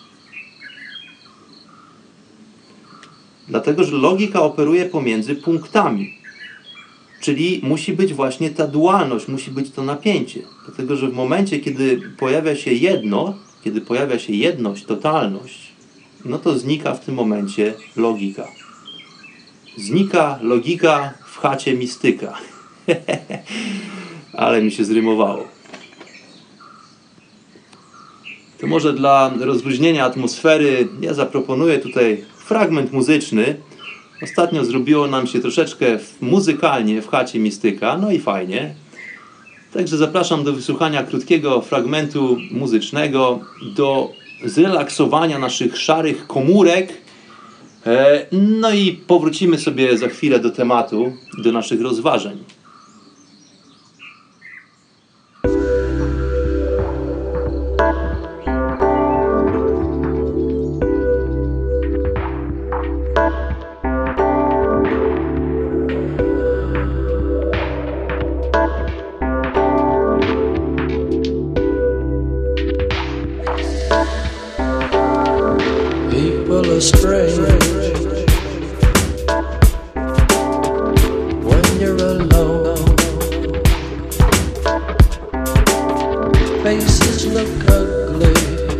Dlatego, że logika operuje pomiędzy punktami. Czyli musi być właśnie ta dualność, musi być to napięcie. Dlatego, że w momencie, kiedy pojawia się jedno, kiedy pojawia się jedność, totalność, no to znika w tym momencie logika. Znika logika w chacie mistyka. Ale mi się zrymowało. To może dla rozluźnienia atmosfery ja zaproponuję tutaj fragment muzyczny. Ostatnio zrobiło nam się troszeczkę muzykalnie w chacie mistyka, no i fajnie. Także zapraszam do wysłuchania krótkiego fragmentu muzycznego, do zrelaksowania naszych szarych komórek. No i powrócimy sobie za chwilę do tematu, do naszych rozważań. Strange when you're alone. Faces look ugly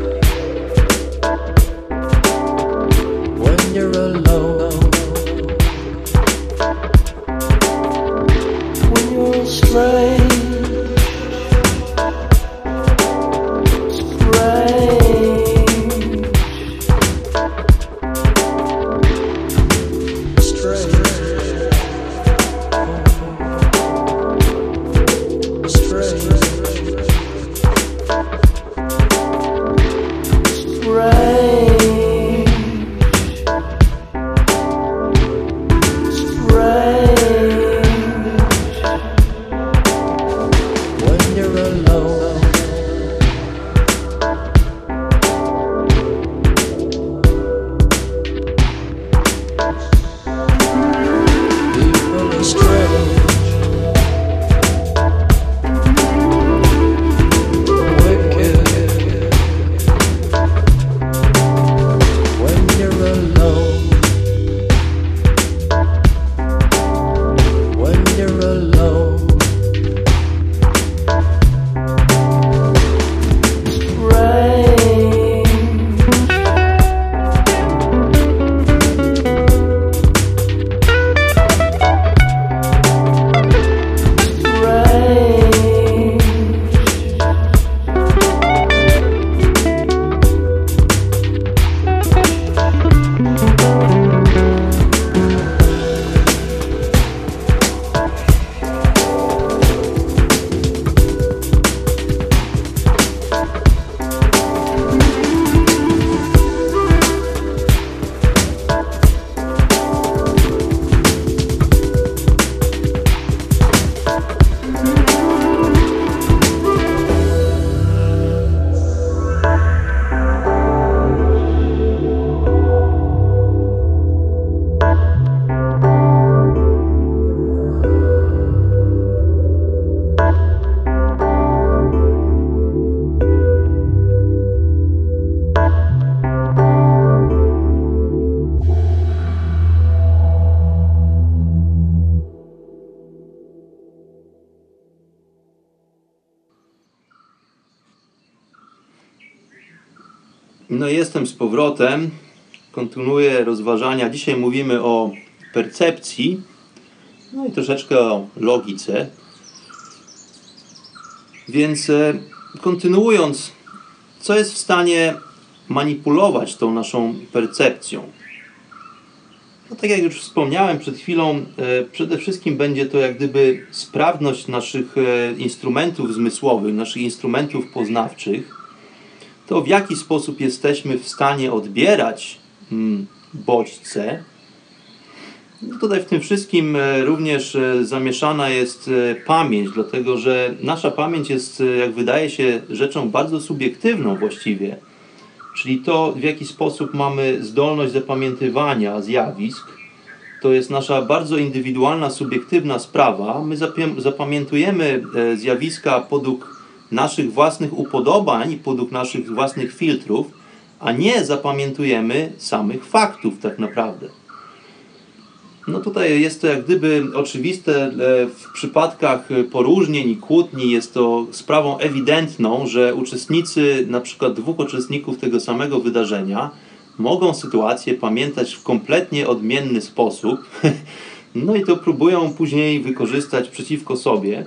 when you're alone. When you're strange, strange. No jestem z powrotem, kontynuuję rozważania. Dzisiaj mówimy o percepcji, no i troszeczkę o logice. Więc kontynuując, co jest w stanie manipulować tą naszą percepcją? No tak jak już wspomniałem przed chwilą, przede wszystkim będzie to jak gdyby sprawność naszych instrumentów zmysłowych, naszych instrumentów poznawczych. To w jaki sposób jesteśmy w stanie odbierać bodźce No tutaj w tym wszystkim e, również e, zamieszana jest e, pamięć, dlatego że nasza pamięć jest, e, jak wydaje się, rzeczą bardzo subiektywną właściwie. Czyli to, w jaki sposób mamy zdolność zapamiętywania zjawisk, to jest nasza bardzo indywidualna, subiektywna sprawa. My zapamiętujemy e, zjawiska podług naszych własnych upodobań i podług naszych własnych filtrów, a nie zapamiętujemy samych faktów tak naprawdę. No tutaj jest to jak gdyby oczywiste w przypadkach poróżnień i kłótni, jest to sprawą ewidentną, że uczestnicy, na przykład dwóch uczestników tego samego wydarzenia, mogą sytuację pamiętać w kompletnie odmienny sposób, no i to próbują później wykorzystać przeciwko sobie.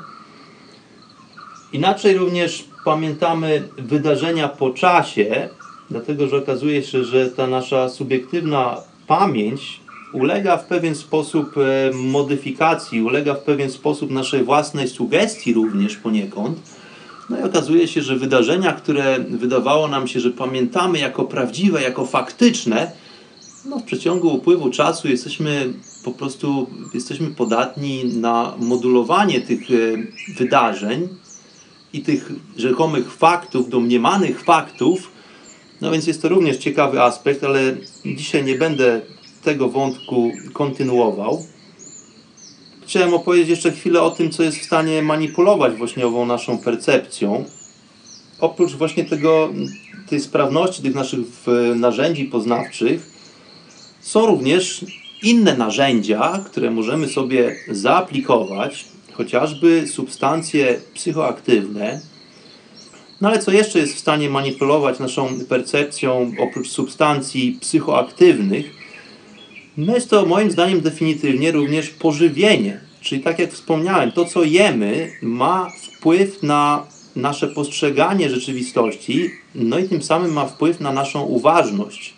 Inaczej również pamiętamy wydarzenia po czasie, dlatego że okazuje się, że ta nasza subiektywna pamięć ulega w pewien sposób modyfikacji, ulega w pewien sposób naszej własnej sugestii również poniekąd. No i okazuje się, że wydarzenia, które wydawało nam się, że pamiętamy jako prawdziwe, jako faktyczne, no w przeciągu upływu czasu jesteśmy po prostu jesteśmy podatni na modulowanie tych wydarzeń i tych rzekomych faktów, domniemanych faktów. No więc jest to również ciekawy aspekt, ale dzisiaj nie będę tego wątku kontynuował. Chciałem opowiedzieć jeszcze chwilę o tym, co jest w stanie manipulować właśnie ową naszą percepcją. Oprócz właśnie tego, tej sprawności tych naszych narzędzi poznawczych, są również inne narzędzia, które możemy sobie zaaplikować, chociażby substancje psychoaktywne. No ale co jeszcze jest w stanie manipulować naszą percepcją oprócz substancji psychoaktywnych? No jest to moim zdaniem definitywnie również pożywienie. Czyli tak jak wspomniałem, to co jemy ma wpływ na nasze postrzeganie rzeczywistości, no i tym samym ma wpływ na naszą uważność.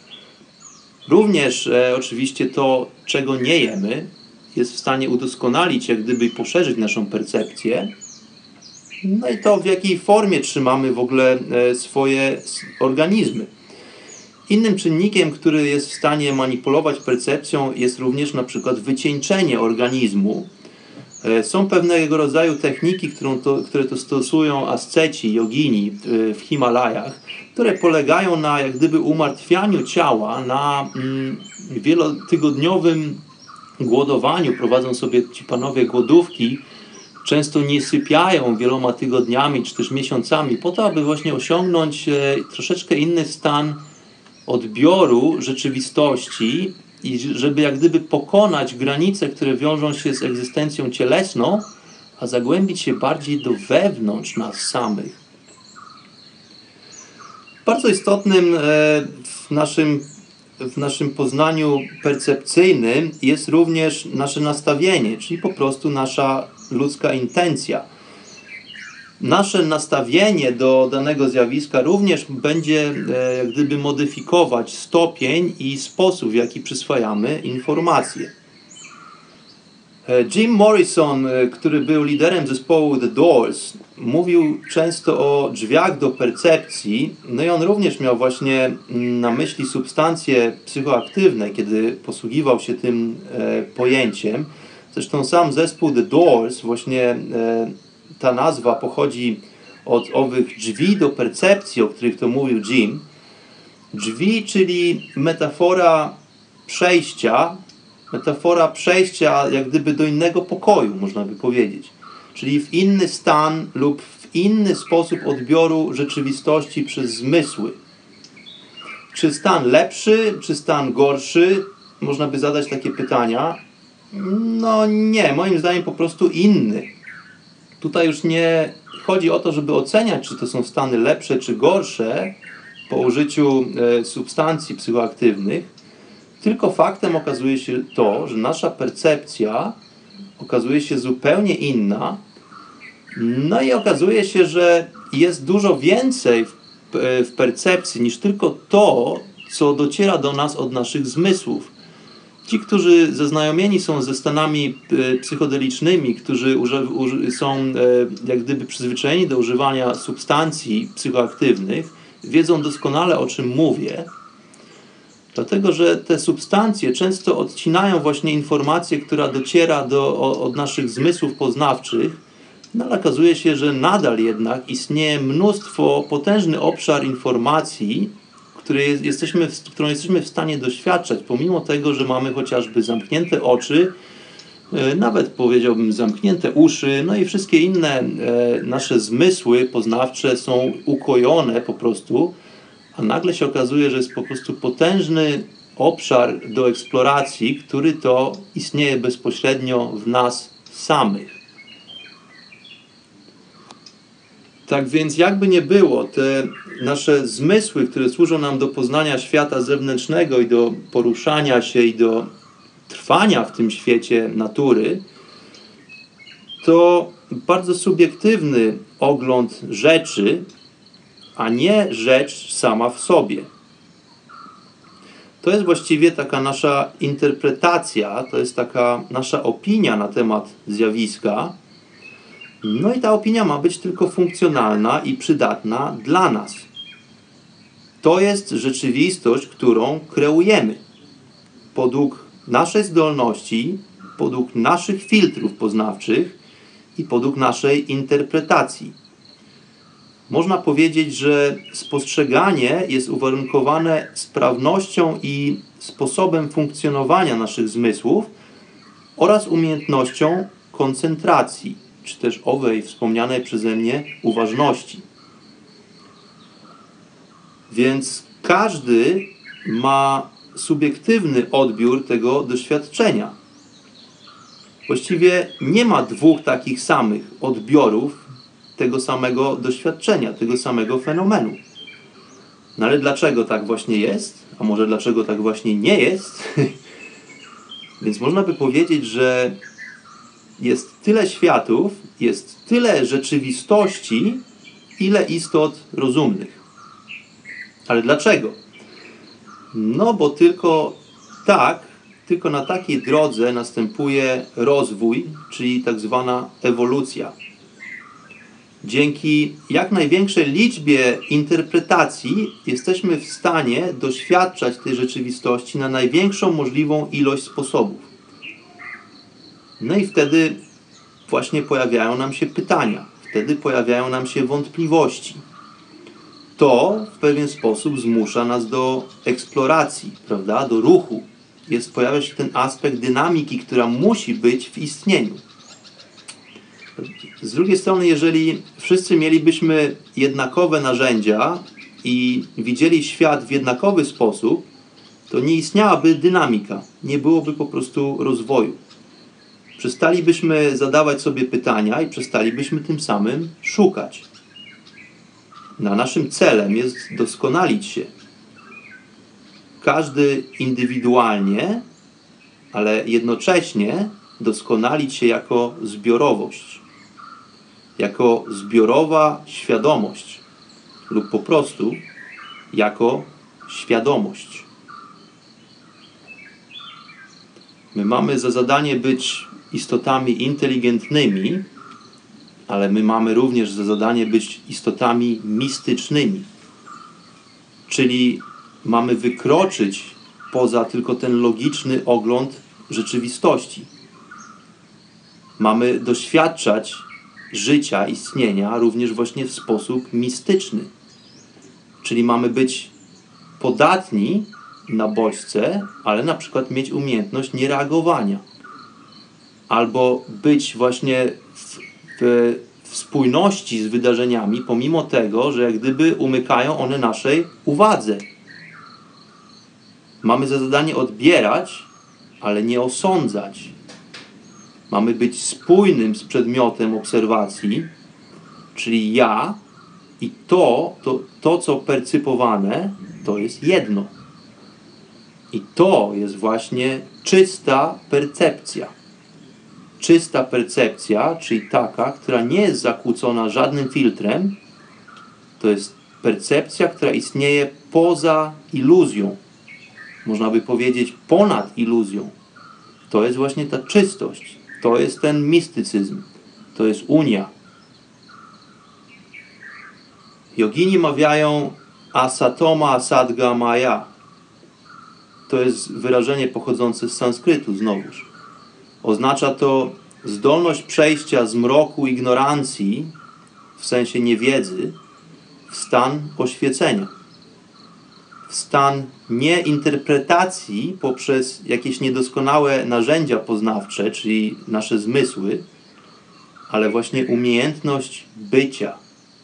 Również e, oczywiście to, czego nie jemy, jest w stanie udoskonalić, jak gdyby poszerzyć naszą percepcję. No i to, w jakiej formie trzymamy w ogóle e, swoje organizmy. Innym czynnikiem, który jest w stanie manipulować percepcją, jest również na przykład wycieńczenie organizmu. Są pewnego rodzaju techniki, którą to, które to stosują asceci, jogini w Himalajach, które polegają na jak gdyby umartwianiu ciała, na mm, wielotygodniowym głodowaniu. Prowadzą sobie ci panowie głodówki, często nie sypiają wieloma tygodniami czy też miesiącami po to, aby właśnie osiągnąć e, troszeczkę inny stan odbioru rzeczywistości i żeby jak gdyby pokonać granice, które wiążą się z egzystencją cielesną, a zagłębić się bardziej do wewnątrz nas samych. Bardzo istotnym w naszym, w naszym poznaniu percepcyjnym jest również nasze nastawienie, czyli po prostu nasza ludzka intencja. Nasze nastawienie do danego zjawiska również będzie e, jak gdyby modyfikować stopień i sposób, w jaki przyswajamy informacje. Jim Morrison, który był liderem zespołu The Doors, mówił często o drzwiach do percepcji, no i on również miał właśnie na myśli substancje psychoaktywne, kiedy posługiwał się tym e, pojęciem. Zresztą sam zespół The Doors, właśnie e, ta nazwa pochodzi od owych drzwi do percepcji, o których to mówił Jim. Drzwi, czyli metafora przejścia, metafora przejścia jak gdyby do innego pokoju, można by powiedzieć. Czyli w inny stan lub w inny sposób odbioru rzeczywistości przez zmysły. Czy stan lepszy, czy stan gorszy? Można by zadać takie pytania. No nie, moim zdaniem po prostu inny. Tutaj już nie chodzi o to, żeby oceniać, czy to są stany lepsze, czy gorsze po użyciu e, substancji psychoaktywnych, tylko faktem okazuje się to, że nasza percepcja okazuje się zupełnie inna, no i okazuje się, że jest dużo więcej w, w percepcji niż tylko to, co dociera do nas od naszych zmysłów. Ci, którzy zaznajomieni są ze stanami psychodelicznymi, którzy są jak gdyby przyzwyczajeni do używania substancji psychoaktywnych, wiedzą doskonale, o czym mówię. Dlatego, że te substancje często odcinają właśnie informację, która dociera do, od naszych zmysłów poznawczych, no ale okazuje się, że nadal jednak istnieje mnóstwo, potężny obszar informacji, który jest, jesteśmy, którą jesteśmy w stanie doświadczać, pomimo tego, że mamy chociażby zamknięte oczy, nawet powiedziałbym zamknięte uszy, no i wszystkie inne nasze zmysły poznawcze są ukojone po prostu, a nagle się okazuje, że jest po prostu potężny obszar do eksploracji, który to istnieje bezpośrednio w nas samych. Tak więc jakby nie było, te nasze zmysły, które służą nam do poznania świata zewnętrznego i do poruszania się i do trwania w tym świecie natury, to bardzo subiektywny ogląd rzeczy, a nie rzecz sama w sobie. To jest właściwie taka nasza interpretacja, to jest taka nasza opinia na temat zjawiska. No i ta opinia ma być tylko funkcjonalna i przydatna dla nas. To jest rzeczywistość, którą kreujemy. Podług naszej zdolności, podług naszych filtrów poznawczych i podług naszej interpretacji. Można powiedzieć, że spostrzeganie jest uwarunkowane sprawnością i sposobem funkcjonowania naszych zmysłów oraz umiejętnością koncentracji, czy też owej wspomnianej przeze mnie uważności. Więc każdy ma subiektywny odbiór tego doświadczenia. Właściwie nie ma dwóch takich samych odbiorów tego samego doświadczenia, tego samego fenomenu. No ale dlaczego tak właśnie jest? A może dlaczego tak właśnie nie jest? Więc można by powiedzieć, że jest tyle światów, jest tyle rzeczywistości, ile istot rozumnych. Ale dlaczego? No bo tylko tak, tylko na takiej drodze następuje rozwój, czyli tak zwana ewolucja. Dzięki jak największej liczbie interpretacji jesteśmy w stanie doświadczać tej rzeczywistości na największą możliwą ilość sposobów. No i wtedy właśnie pojawiają nam się pytania, wtedy pojawiają nam się wątpliwości. To w pewien sposób zmusza nas do eksploracji, prawda, do ruchu. Jest, pojawia się ten aspekt dynamiki, która musi być w istnieniu. Z drugiej strony, jeżeli wszyscy mielibyśmy jednakowe narzędzia i widzieli świat w jednakowy sposób, to nie istniałaby dynamika, nie byłoby po prostu rozwoju. Przestalibyśmy zadawać sobie pytania i przestalibyśmy tym samym szukać. A naszym celem jest doskonalić się. Każdy indywidualnie, ale jednocześnie doskonalić się jako zbiorowość. Jako zbiorowa świadomość lub po prostu jako świadomość. My mamy za zadanie być istotami inteligentnymi, ale my mamy również za zadanie być istotami mistycznymi. Czyli mamy wykroczyć poza tylko ten logiczny ogląd rzeczywistości. Mamy doświadczać życia, istnienia również właśnie w sposób mistyczny. Czyli mamy być podatni na bodźce, ale na przykład mieć umiejętność niereagowania. Albo być właśnie w, w, w spójności z wydarzeniami, pomimo tego, że jak gdyby umykają one naszej uwadze. Mamy za zadanie odbierać, ale nie osądzać. Mamy być spójnym z przedmiotem obserwacji, czyli ja i to, to, to co percypowane, to jest jedno. I to jest właśnie czysta percepcja. Czysta percepcja, czyli taka, która nie jest zakłócona żadnym filtrem, to jest percepcja, która istnieje poza iluzją. Można by powiedzieć ponad iluzją. To jest właśnie ta czystość. To jest ten mistycyzm. To jest unia. Jogini mawiają asatoma asadga maya. to jest wyrażenie pochodzące z sanskrytu znowuż. Oznacza to zdolność przejścia z mroku ignorancji, w sensie niewiedzy, w stan oświecenia. W stan nieinterpretacji poprzez jakieś niedoskonałe narzędzia poznawcze, czyli nasze zmysły, ale właśnie umiejętność bycia,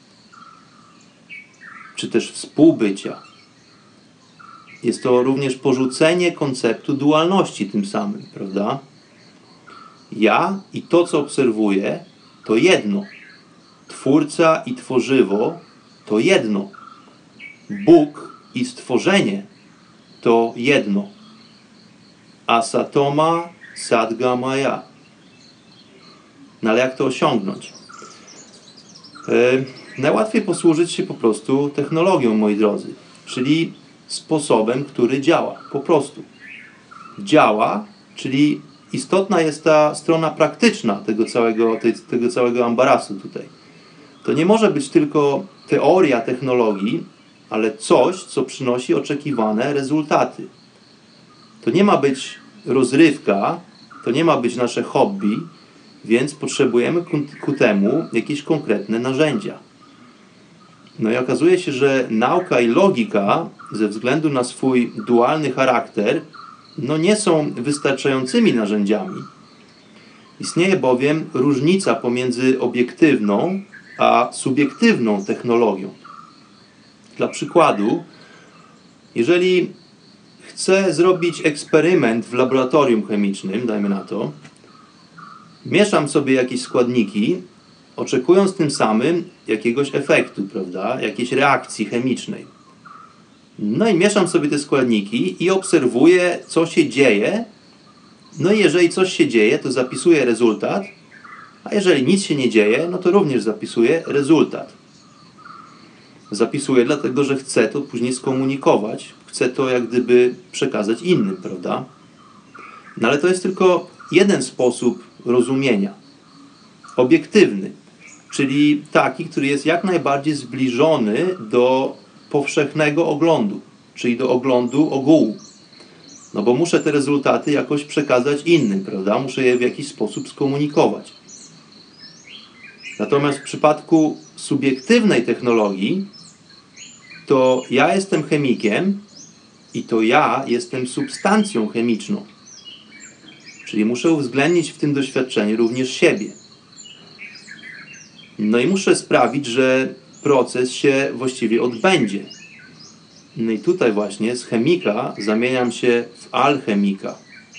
czy też współbycia. Jest to również porzucenie konceptu dualności tym samym, prawda? Ja i to, co obserwuję, to jedno. Twórca i tworzywo to jedno. Bóg i stworzenie to jedno. Asatoma sadgamaya. No ale jak to osiągnąć? Yy, najłatwiej posłużyć się po prostu technologią, moi drodzy. Czyli sposobem, który działa. Po prostu. Działa, czyli istotna jest ta strona praktyczna tego całego, tej, tego całego ambarasu tutaj. To nie może być tylko teoria technologii, ale coś, co przynosi oczekiwane rezultaty. To nie ma być rozrywka, to nie ma być nasze hobby, więc potrzebujemy ku, ku temu jakieś konkretne narzędzia. No i okazuje się, że nauka i logika ze względu na swój dualny charakter no nie są wystarczającymi narzędziami. Istnieje bowiem różnica pomiędzy obiektywną a subiektywną technologią. Dla przykładu, jeżeli chcę zrobić eksperyment w laboratorium chemicznym, dajmy na to, mieszam sobie jakieś składniki, oczekując tym samym jakiegoś efektu, prawda, jakiejś reakcji chemicznej. No i mieszam sobie te składniki i obserwuję, co się dzieje. No i jeżeli coś się dzieje, to zapisuję rezultat, a jeżeli nic się nie dzieje, no to również zapisuję rezultat. Zapisuję dlatego, że chcę to później skomunikować, chcę to jak gdyby przekazać innym, prawda? No ale to jest tylko jeden sposób rozumienia. Obiektywny, czyli taki, który jest jak najbardziej zbliżony do powszechnego oglądu, czyli do oglądu ogółu. No bo muszę te rezultaty jakoś przekazać innym, prawda? Muszę je w jakiś sposób skomunikować. Natomiast w przypadku subiektywnej technologii to ja jestem chemikiem i to ja jestem substancją chemiczną. Czyli muszę uwzględnić w tym doświadczeniu również siebie. No i muszę sprawić, że proces się właściwie odbędzie. No i tutaj właśnie z chemika zamieniam się w alchemika.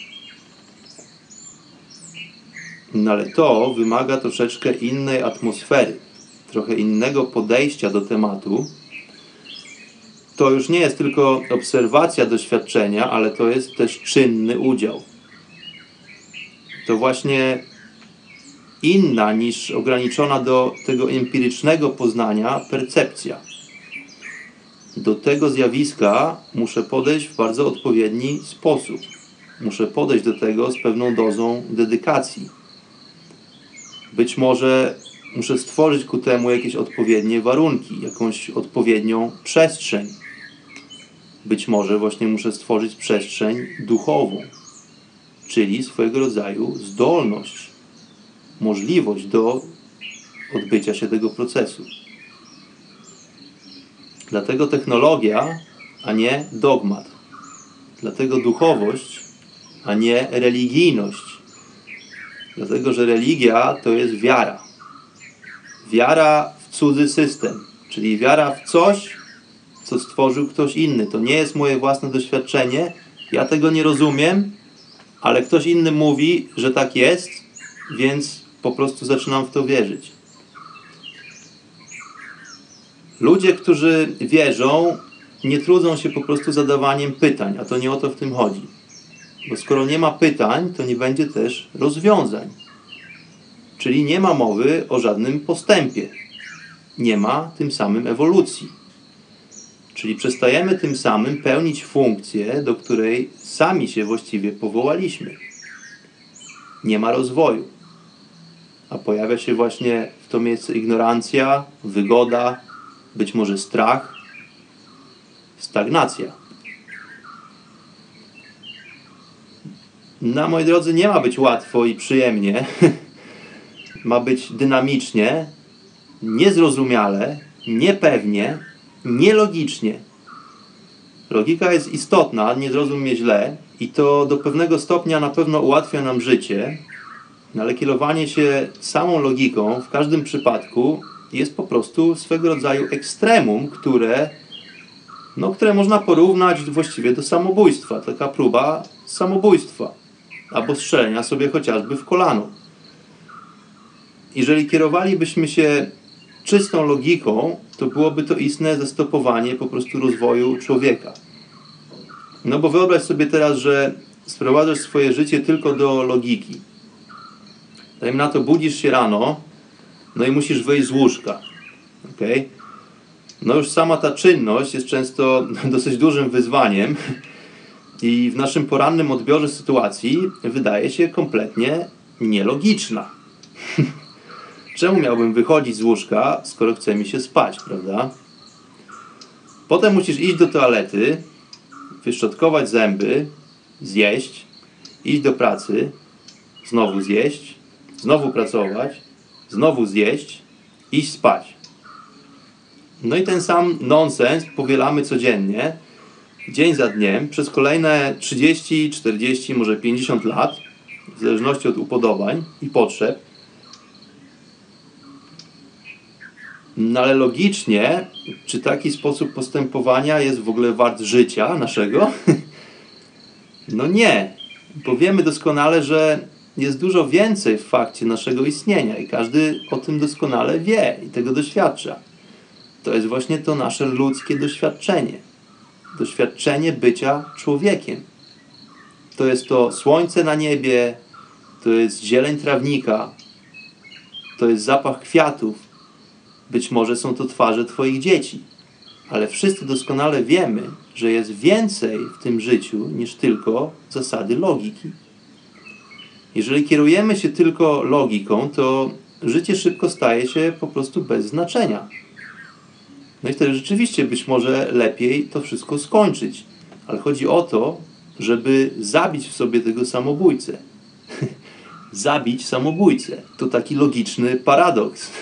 No ale to wymaga troszeczkę innej atmosfery, trochę innego podejścia do tematu. To już nie jest tylko obserwacja doświadczenia, ale to jest też czynny udział. To właśnie inna niż ograniczona do tego empirycznego poznania percepcja. Do tego zjawiska muszę podejść w bardzo odpowiedni sposób. Muszę podejść do tego z pewną dozą dedykacji. Być może muszę stworzyć ku temu jakieś odpowiednie warunki, jakąś odpowiednią przestrzeń. Być może właśnie muszę stworzyć przestrzeń duchową, czyli swojego rodzaju zdolność, możliwość do odbycia się tego procesu. Dlatego technologia, a nie dogmat. Dlatego duchowość, a nie religijność. Dlatego, że religia to jest wiara. Wiara w cudzy system, czyli wiara w coś, co stworzył ktoś inny. To nie jest moje własne doświadczenie, ja tego nie rozumiem, ale ktoś inny mówi, że tak jest, więc po prostu zaczynam w to wierzyć. Ludzie, którzy wierzą, nie trudzą się po prostu zadawaniem pytań, a to nie o to w tym chodzi. Bo skoro nie ma pytań, to nie będzie też rozwiązań. Czyli nie ma mowy o żadnym postępie. Nie ma tym samym ewolucji. Czyli przestajemy tym samym pełnić funkcję, do której sami się właściwie powołaliśmy. Nie ma rozwoju. A pojawia się właśnie w to miejsce ignorancja, wygoda, być może strach, stagnacja. No, moi drodzy, nie ma być łatwo i przyjemnie. Ma być dynamicznie, niezrozumiale, niepewnie, nielogicznie. Logika jest istotna, nie zrozum mnie źle, i to do pewnego stopnia na pewno ułatwia nam życie, ale kierowanie się samą logiką w każdym przypadku jest po prostu swego rodzaju ekstremum, które, no, które można porównać właściwie do samobójstwa. Taka próba samobójstwa albo strzelenia sobie chociażby w kolano. Jeżeli kierowalibyśmy się czystą logiką, to byłoby to istne zastopowanie po prostu rozwoju człowieka. No bo wyobraź sobie teraz, że sprowadzasz swoje życie tylko do logiki. Dajmy na to, budzisz się rano, no i musisz wyjść z łóżka. Okay? No już sama ta czynność jest często dosyć dużym wyzwaniem i w naszym porannym odbiorze sytuacji wydaje się kompletnie nielogiczna. Czemu miałbym wychodzić z łóżka, skoro chce mi się spać, prawda? Potem musisz iść do toalety, wyszczotkować zęby, zjeść, iść do pracy, znowu zjeść, znowu pracować, znowu zjeść, iść spać. No i ten sam nonsens powielamy codziennie, dzień za dniem, przez kolejne trzydzieści, czterdzieści, może pięćdziesiąt lat, w zależności od upodobań i potrzeb. No ale logicznie, czy taki sposób postępowania jest w ogóle wart życia naszego? No nie, bo wiemy doskonale, że jest dużo więcej w fakcie naszego istnienia i każdy o tym doskonale wie i tego doświadcza. To jest właśnie to nasze ludzkie doświadczenie. Doświadczenie bycia człowiekiem. To jest to słońce na niebie, to jest zieleń trawnika, to jest zapach kwiatów. Być może są to twarze Twoich dzieci. Ale wszyscy doskonale wiemy, że jest więcej w tym życiu niż tylko zasady logiki. Jeżeli kierujemy się tylko logiką, to życie szybko staje się po prostu bez znaczenia. No i wtedy rzeczywiście być może lepiej to wszystko skończyć. Ale chodzi o to, żeby zabić w sobie tego samobójcę. Zabić samobójcę. To taki logiczny paradoks.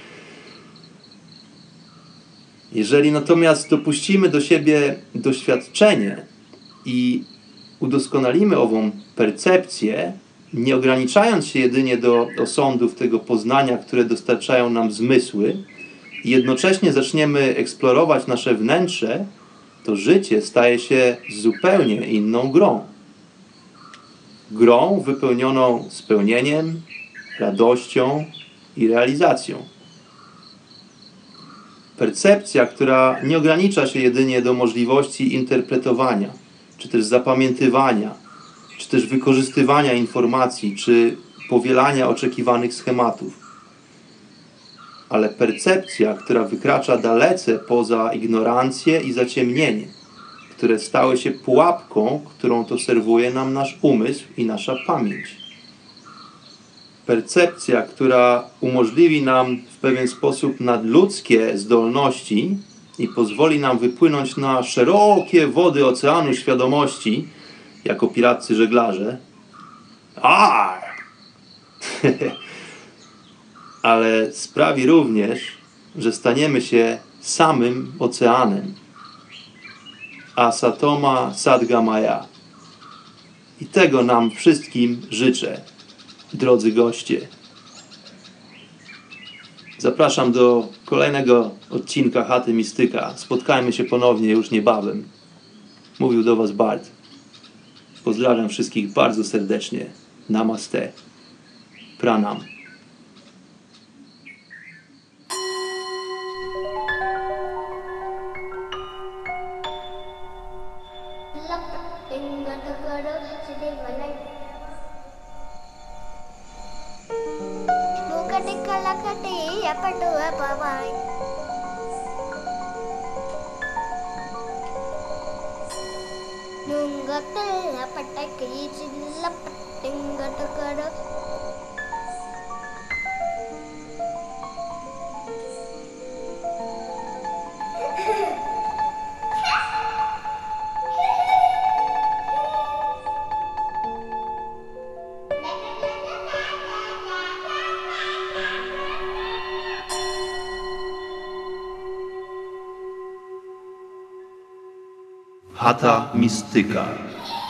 Jeżeli natomiast dopuścimy do siebie doświadczenie i udoskonalimy ową percepcję, nie ograniczając się jedynie do osądów tego poznania, które dostarczają nam zmysły, i jednocześnie zaczniemy eksplorować nasze wnętrze, to życie staje się zupełnie inną grą. Grą wypełnioną spełnieniem, radością i realizacją. Percepcja, która nie ogranicza się jedynie do możliwości interpretowania, czy też zapamiętywania, czy też wykorzystywania informacji, czy powielania oczekiwanych schematów. Ale percepcja, która wykracza dalece poza ignorancję i zaciemnienie, które stały się pułapką, którą to serwuje nam nasz umysł i nasza pamięć. Percepcja, która umożliwi nam w pewien sposób nadludzkie zdolności i pozwoli nam wypłynąć na szerokie wody oceanu świadomości jako piraccy żeglarze. Arr! Ale sprawi również, że staniemy się samym oceanem. Asatoma Sadgamaya. I tego nam wszystkim życzę, drodzy goście. Zapraszam do kolejnego odcinka Chaty Mistyka. Spotkajmy się ponownie już niebawem. Mówił do Was Bart. Pozdrawiam wszystkich bardzo serdecznie. Namaste. Pranam. Nungatella pataki chilla patinga takara Chata Mistyka.